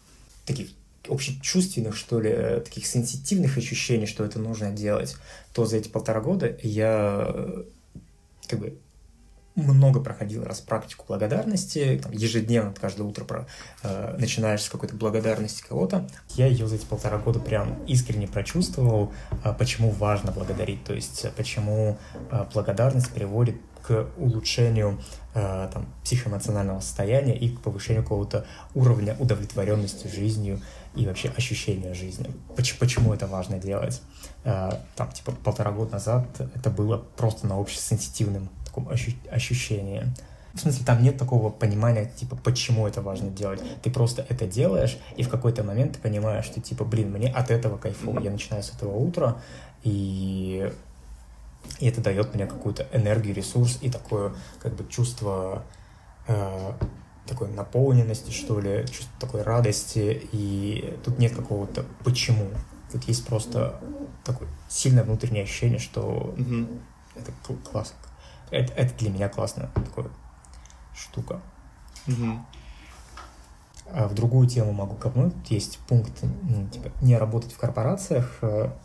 таких общечувственных, что ли, таких сенситивных ощущений, что это нужно делать, то за эти полтора года я как бы много проходил раз практику благодарности, там, ежедневно, каждое утро про, э, начинаешь с какой-то благодарности кого-то. Я ее за эти полтора года прям искренне прочувствовал, э, почему важно благодарить, то есть почему э, благодарность приводит к улучшению э, там, психоэмоционального состояния и к повышению какого-то уровня удовлетворенности жизнью и вообще ощущения жизни. Почему, почему это важно делать? Э, там, типа, полтора года назад это было просто на общесенситивном таком ощу- ощущении. В смысле, там нет такого понимания, типа, почему это важно делать. Ты просто это делаешь, и в какой-то момент ты понимаешь, что, типа, блин, мне от этого кайфово. Я начинаю с этого утра, и, и это дает мне какую-то энергию, ресурс и такое, как бы, чувство э, такой наполненности, что ли, чувство такой радости, и тут нет какого-то «почему». Тут есть просто такое сильное внутреннее ощущение, что mm-hmm. это классно. Это, это для меня классная такая штука. Mm-hmm. А в другую тему могу копнуть. Есть пункт, ну, типа, не работать в корпорациях.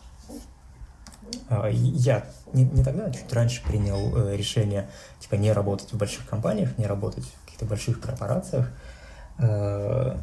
Я не, не тогда, а чуть раньше принял решение, типа, не работать в больших компаниях, не работать в каких-то больших корпорациях. С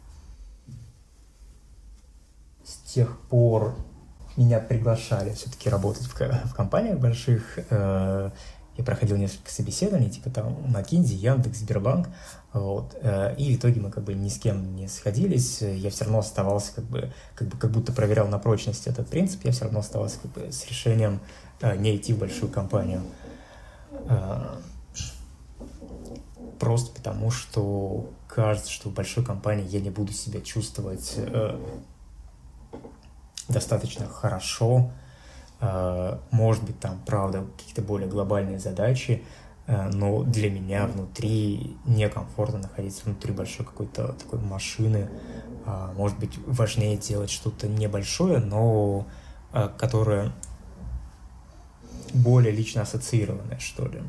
тех пор меня приглашали все-таки работать в, в компаниях больших. Я проходил несколько собеседований, типа там McKinsey, Яндекс, Сбербанк, вот, и в итоге мы как бы ни с кем не сходились, я все равно оставался как бы, как бы, как будто проверял на прочность этот принцип, я все равно оставался как бы с решением не идти в большую компанию. Просто потому, что кажется, что в большой компании я не буду себя чувствовать достаточно хорошо. Может быть, там, правда, какие-то более глобальные задачи, но для меня внутри некомфортно находиться внутри большой какой-то такой машины. Может быть, важнее делать что-то небольшое, но которое более лично ассоциированное, что ли.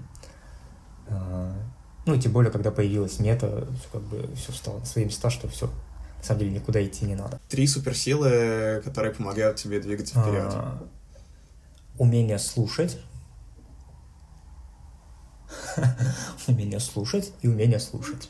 Ну, тем более, когда появилась мета, все, как бы, все встало на свои места, что все, на самом деле, никуда идти не надо. Три суперсилы, которые помогают тебе двигаться вперед. А, умение слушать. Умение слушать и умение слушать.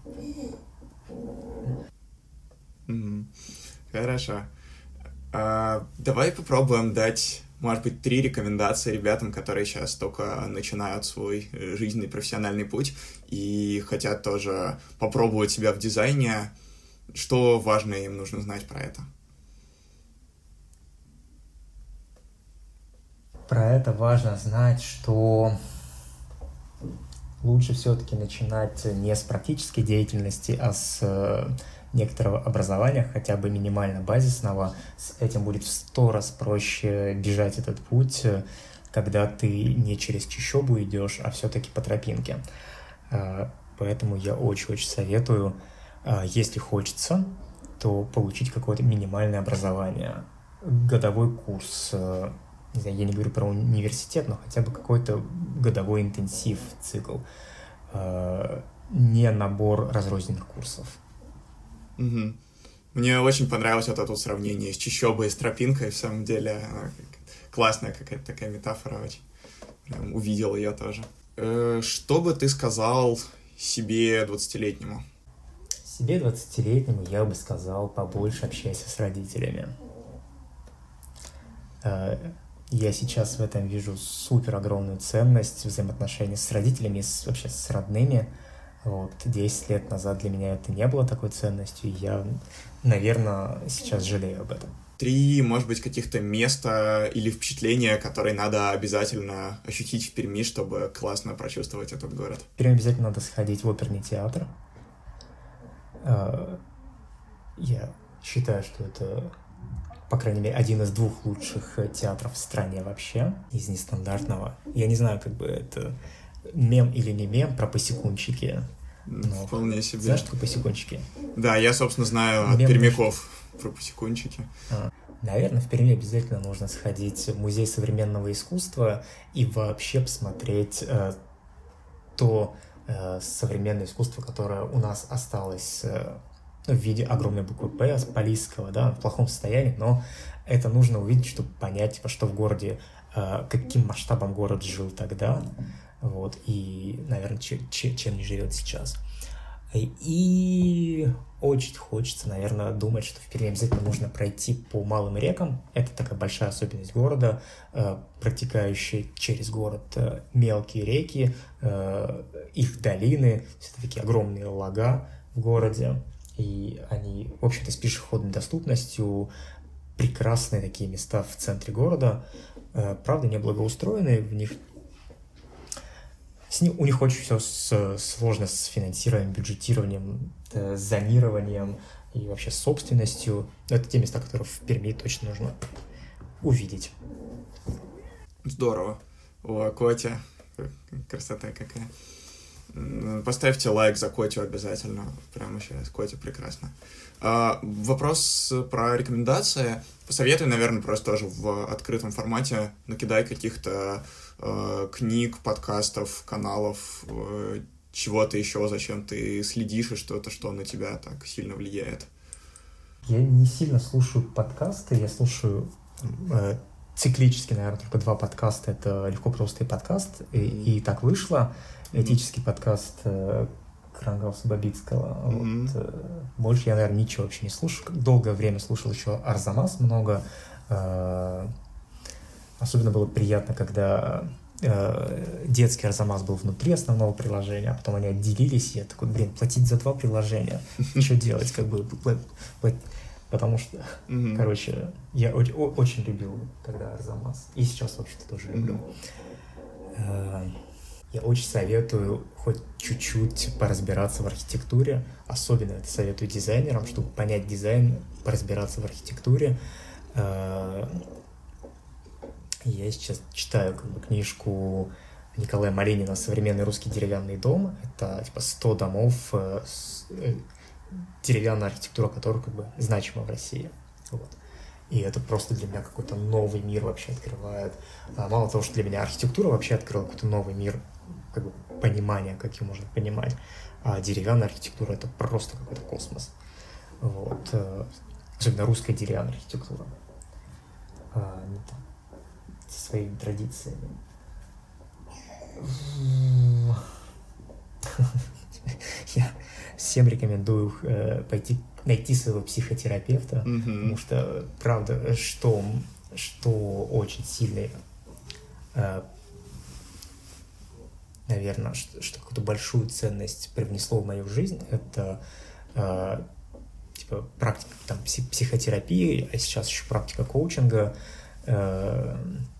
Хорошо. А, давай попробуем дать, может быть, три рекомендации ребятам, которые сейчас только начинают свой жизненный профессиональный путь и хотят тоже попробовать себя в дизайне. Что важно им нужно знать про это? Про это важно знать, что лучше все-таки начинать не с практической деятельности, а с некоторого образования, хотя бы минимально базисного. С этим будет в сто раз проще бежать этот путь, когда ты не через чащобу идешь, а все-таки по тропинке. Поэтому я очень-очень советую, если хочется, то получить какое-то минимальное образование. Годовой курс, не знаю, я не говорю про университет, но хотя бы какой-то годовой интенсив, цикл. Не набор разрозненных курсов. Угу. Мне очень понравилось вот это вот сравнение с чащобой и с тропинкой. В самом деле классная какая-то такая метафора, очень прям увидел ее тоже. Что бы ты сказал себе двадцатилетнему? Себе двадцатилетнему я бы сказал: побольше общайся с родителями. Я сейчас в этом вижу супер огромную ценность взаимоотношений с родителями, с, вообще с родными. Вот. десять лет назад для меня это не было такой ценностью, и я, наверное, сейчас жалею об этом. Три, может быть, каких-то места или впечатления, которые надо обязательно ощутить в Перми, чтобы классно прочувствовать этот город. В Перми обязательно надо сходить в оперный театр. Я считаю, что это, по крайней мере, один из двух лучших театров в стране вообще, из нестандартного. Я не знаю, как бы это мем или не мем про посекунчики. Но вполне себе. Знаешь, что такое посекунчики? Да, я, собственно, знаю от мем пермяков про посекунчики. А, наверное, в Перми обязательно нужно сходить в музей современного искусства и вообще посмотреть э, то э, современное искусство, которое у нас осталось, э, ну, в виде огромной буквы «П» с Полисского, да, в плохом состоянии, но это нужно увидеть, чтобы понять, типа, что в городе, э, каким масштабом город жил тогда, вот, и, наверное, че, че, чем не живет сейчас. И очень хочется, наверное, думать, что в Перми обязательно нужно пройти по малым рекам. Это такая большая особенность города, э, протекающие через город э, мелкие реки, э, их долины, это такие огромные лага в городе. И они, в общем-то, с пешеходной доступностью прекрасные такие места в центре города. Э, правда, не благоустроены, в них С ним, у них очень все с, сложно с финансированием, бюджетированием, э, зонированием и вообще собственностью. Это те места, которые в Перми точно нужно увидеть. Здорово. О, Котя. Красота какая. Поставьте лайк за Котю обязательно. Прямо сейчас. Котя прекрасно. А, вопрос про рекомендации. Посоветуй, наверное, просто тоже в открытом формате. Накидай каких-то книг, подкастов, каналов, чего-то еще, зачем ты следишь, и что-то, что на тебя так сильно влияет. Я не сильно слушаю подкасты, я слушаю э, циклически, наверное, только два подкаста. Это «Легко, просто» и подкаст, и, и так вышло. Этический подкаст э, Крангауса Бабицкого. Mm-hmm. Вот, э, больше я, наверное, ничего вообще не слушаю. Долгое время слушал еще Арзамас много. Э, Особенно было приятно, когда э, детский Арзамас был внутри основного приложения, а потом они отделились, и я такой, блин, платить за два приложения, что делать, как бы, потому что, mm-hmm. короче, я очень, очень любил тогда Арзамас, и сейчас вообще-то тоже люблю. Mm-hmm. Я очень советую хоть чуть-чуть поразбираться в архитектуре, особенно это советую дизайнерам, чтобы понять дизайн, поразбираться в архитектуре. Я сейчас читаю как бы книжку Николая Малинина «Современный русский деревянный дом». Это типа сто домов, э, с, э, деревянная архитектура которых как бы значима в России. Вот. И это просто для меня какой-то новый мир вообще открывает. А мало того, что для меня архитектура вообще открыла какой-то новый мир, как бы понимания, как ее можно понимать. А деревянная архитектура — это просто какой-то космос. Вот. Особенно русская деревянная архитектура. А, не там. Со своими традициями. Я всем рекомендую э, пойти найти своего психотерапевта, mm-hmm. потому что, правда, что, что очень сильно, э, наверное, что, что какую-то большую ценность привнесло в мою жизнь, это э, типа практика там, психотерапии, а сейчас еще практика коучинга. Э,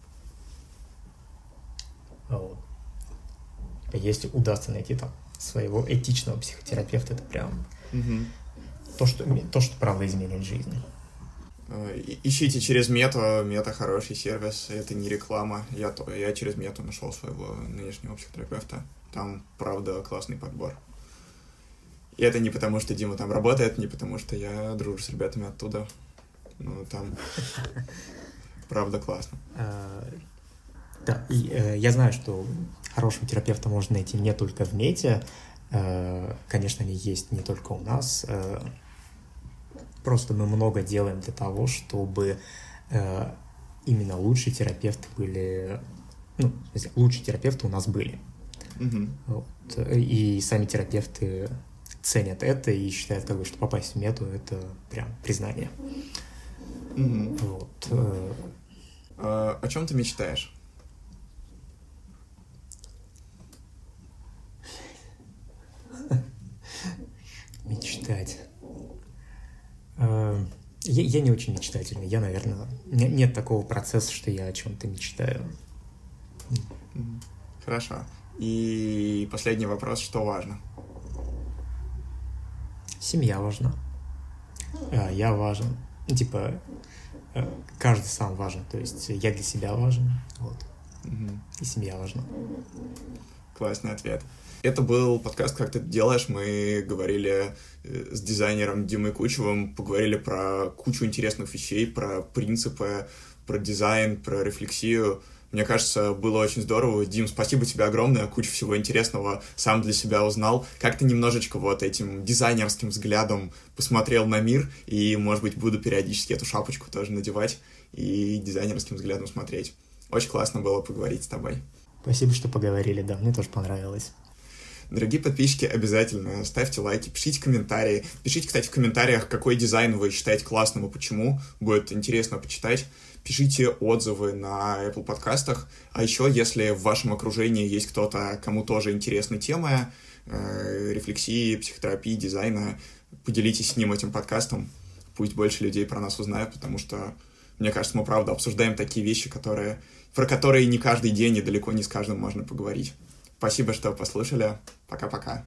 Вот. Если удастся найти там своего этичного психотерапевта, это прям угу. то, что, то, что правда изменит жизнь. Ищите через Мету. Мета хороший сервис, это не реклама. Я, то, я через Мету нашел своего нынешнего психотерапевта. Там, правда, классный подбор. И это не потому, что Дима там работает, не потому, что я дружу с ребятами оттуда. Ну, там, правда, классно. Да, и, э, я знаю, что хорошего терапевта можно найти не только в Мете. Э, конечно, они есть не только у нас. Э, просто мы много делаем для того, чтобы э, именно лучшие терапевты были... Ну, лучшие терапевты у нас были. Mm-hmm. Вот. И сами терапевты ценят это и считают, как бы, что попасть в Мету — это прям признание. Mm-hmm. Вот. Э, а, о чем ты мечтаешь? Мечтать. Я, я не очень мечтательный. Я, наверное... Нет, нет такого процесса, что я о чем-то мечтаю. Хорошо. И последний вопрос. Что важно? Семья важна. Я важен. Типа, каждый сам важен. То есть я для себя важен. Вот. Угу. И семья важна. Классный ответ. Это был подкаст «Как ты это делаешь». Мы говорили с дизайнером Димой Кучевым, поговорили про кучу интересных вещей, про принципы, про дизайн, про рефлексию. Мне кажется, было очень здорово. Дим, спасибо тебе огромное, кучу всего интересного сам для себя узнал. Как ты немножечко вот этим дизайнерским взглядом посмотрел на мир, и, может быть, буду периодически эту шапочку тоже надевать и дизайнерским взглядом смотреть. Очень классно было поговорить с тобой. Спасибо, что поговорили, да, мне тоже понравилось. Дорогие подписчики, обязательно ставьте лайки, пишите комментарии. Пишите, кстати, в комментариях, какой дизайн вы считаете классным и почему. Будет интересно почитать. Пишите отзывы на Apple подкастах. А еще, если в вашем окружении есть кто-то, кому тоже интересна тема э, рефлексии, психотерапии, дизайна, поделитесь с ним этим подкастом. Пусть больше людей про нас узнают, потому что, мне кажется, мы правда обсуждаем такие вещи, которые, про которые не каждый день и далеко не с каждым можно поговорить. Спасибо, что послушали. Пока-пока.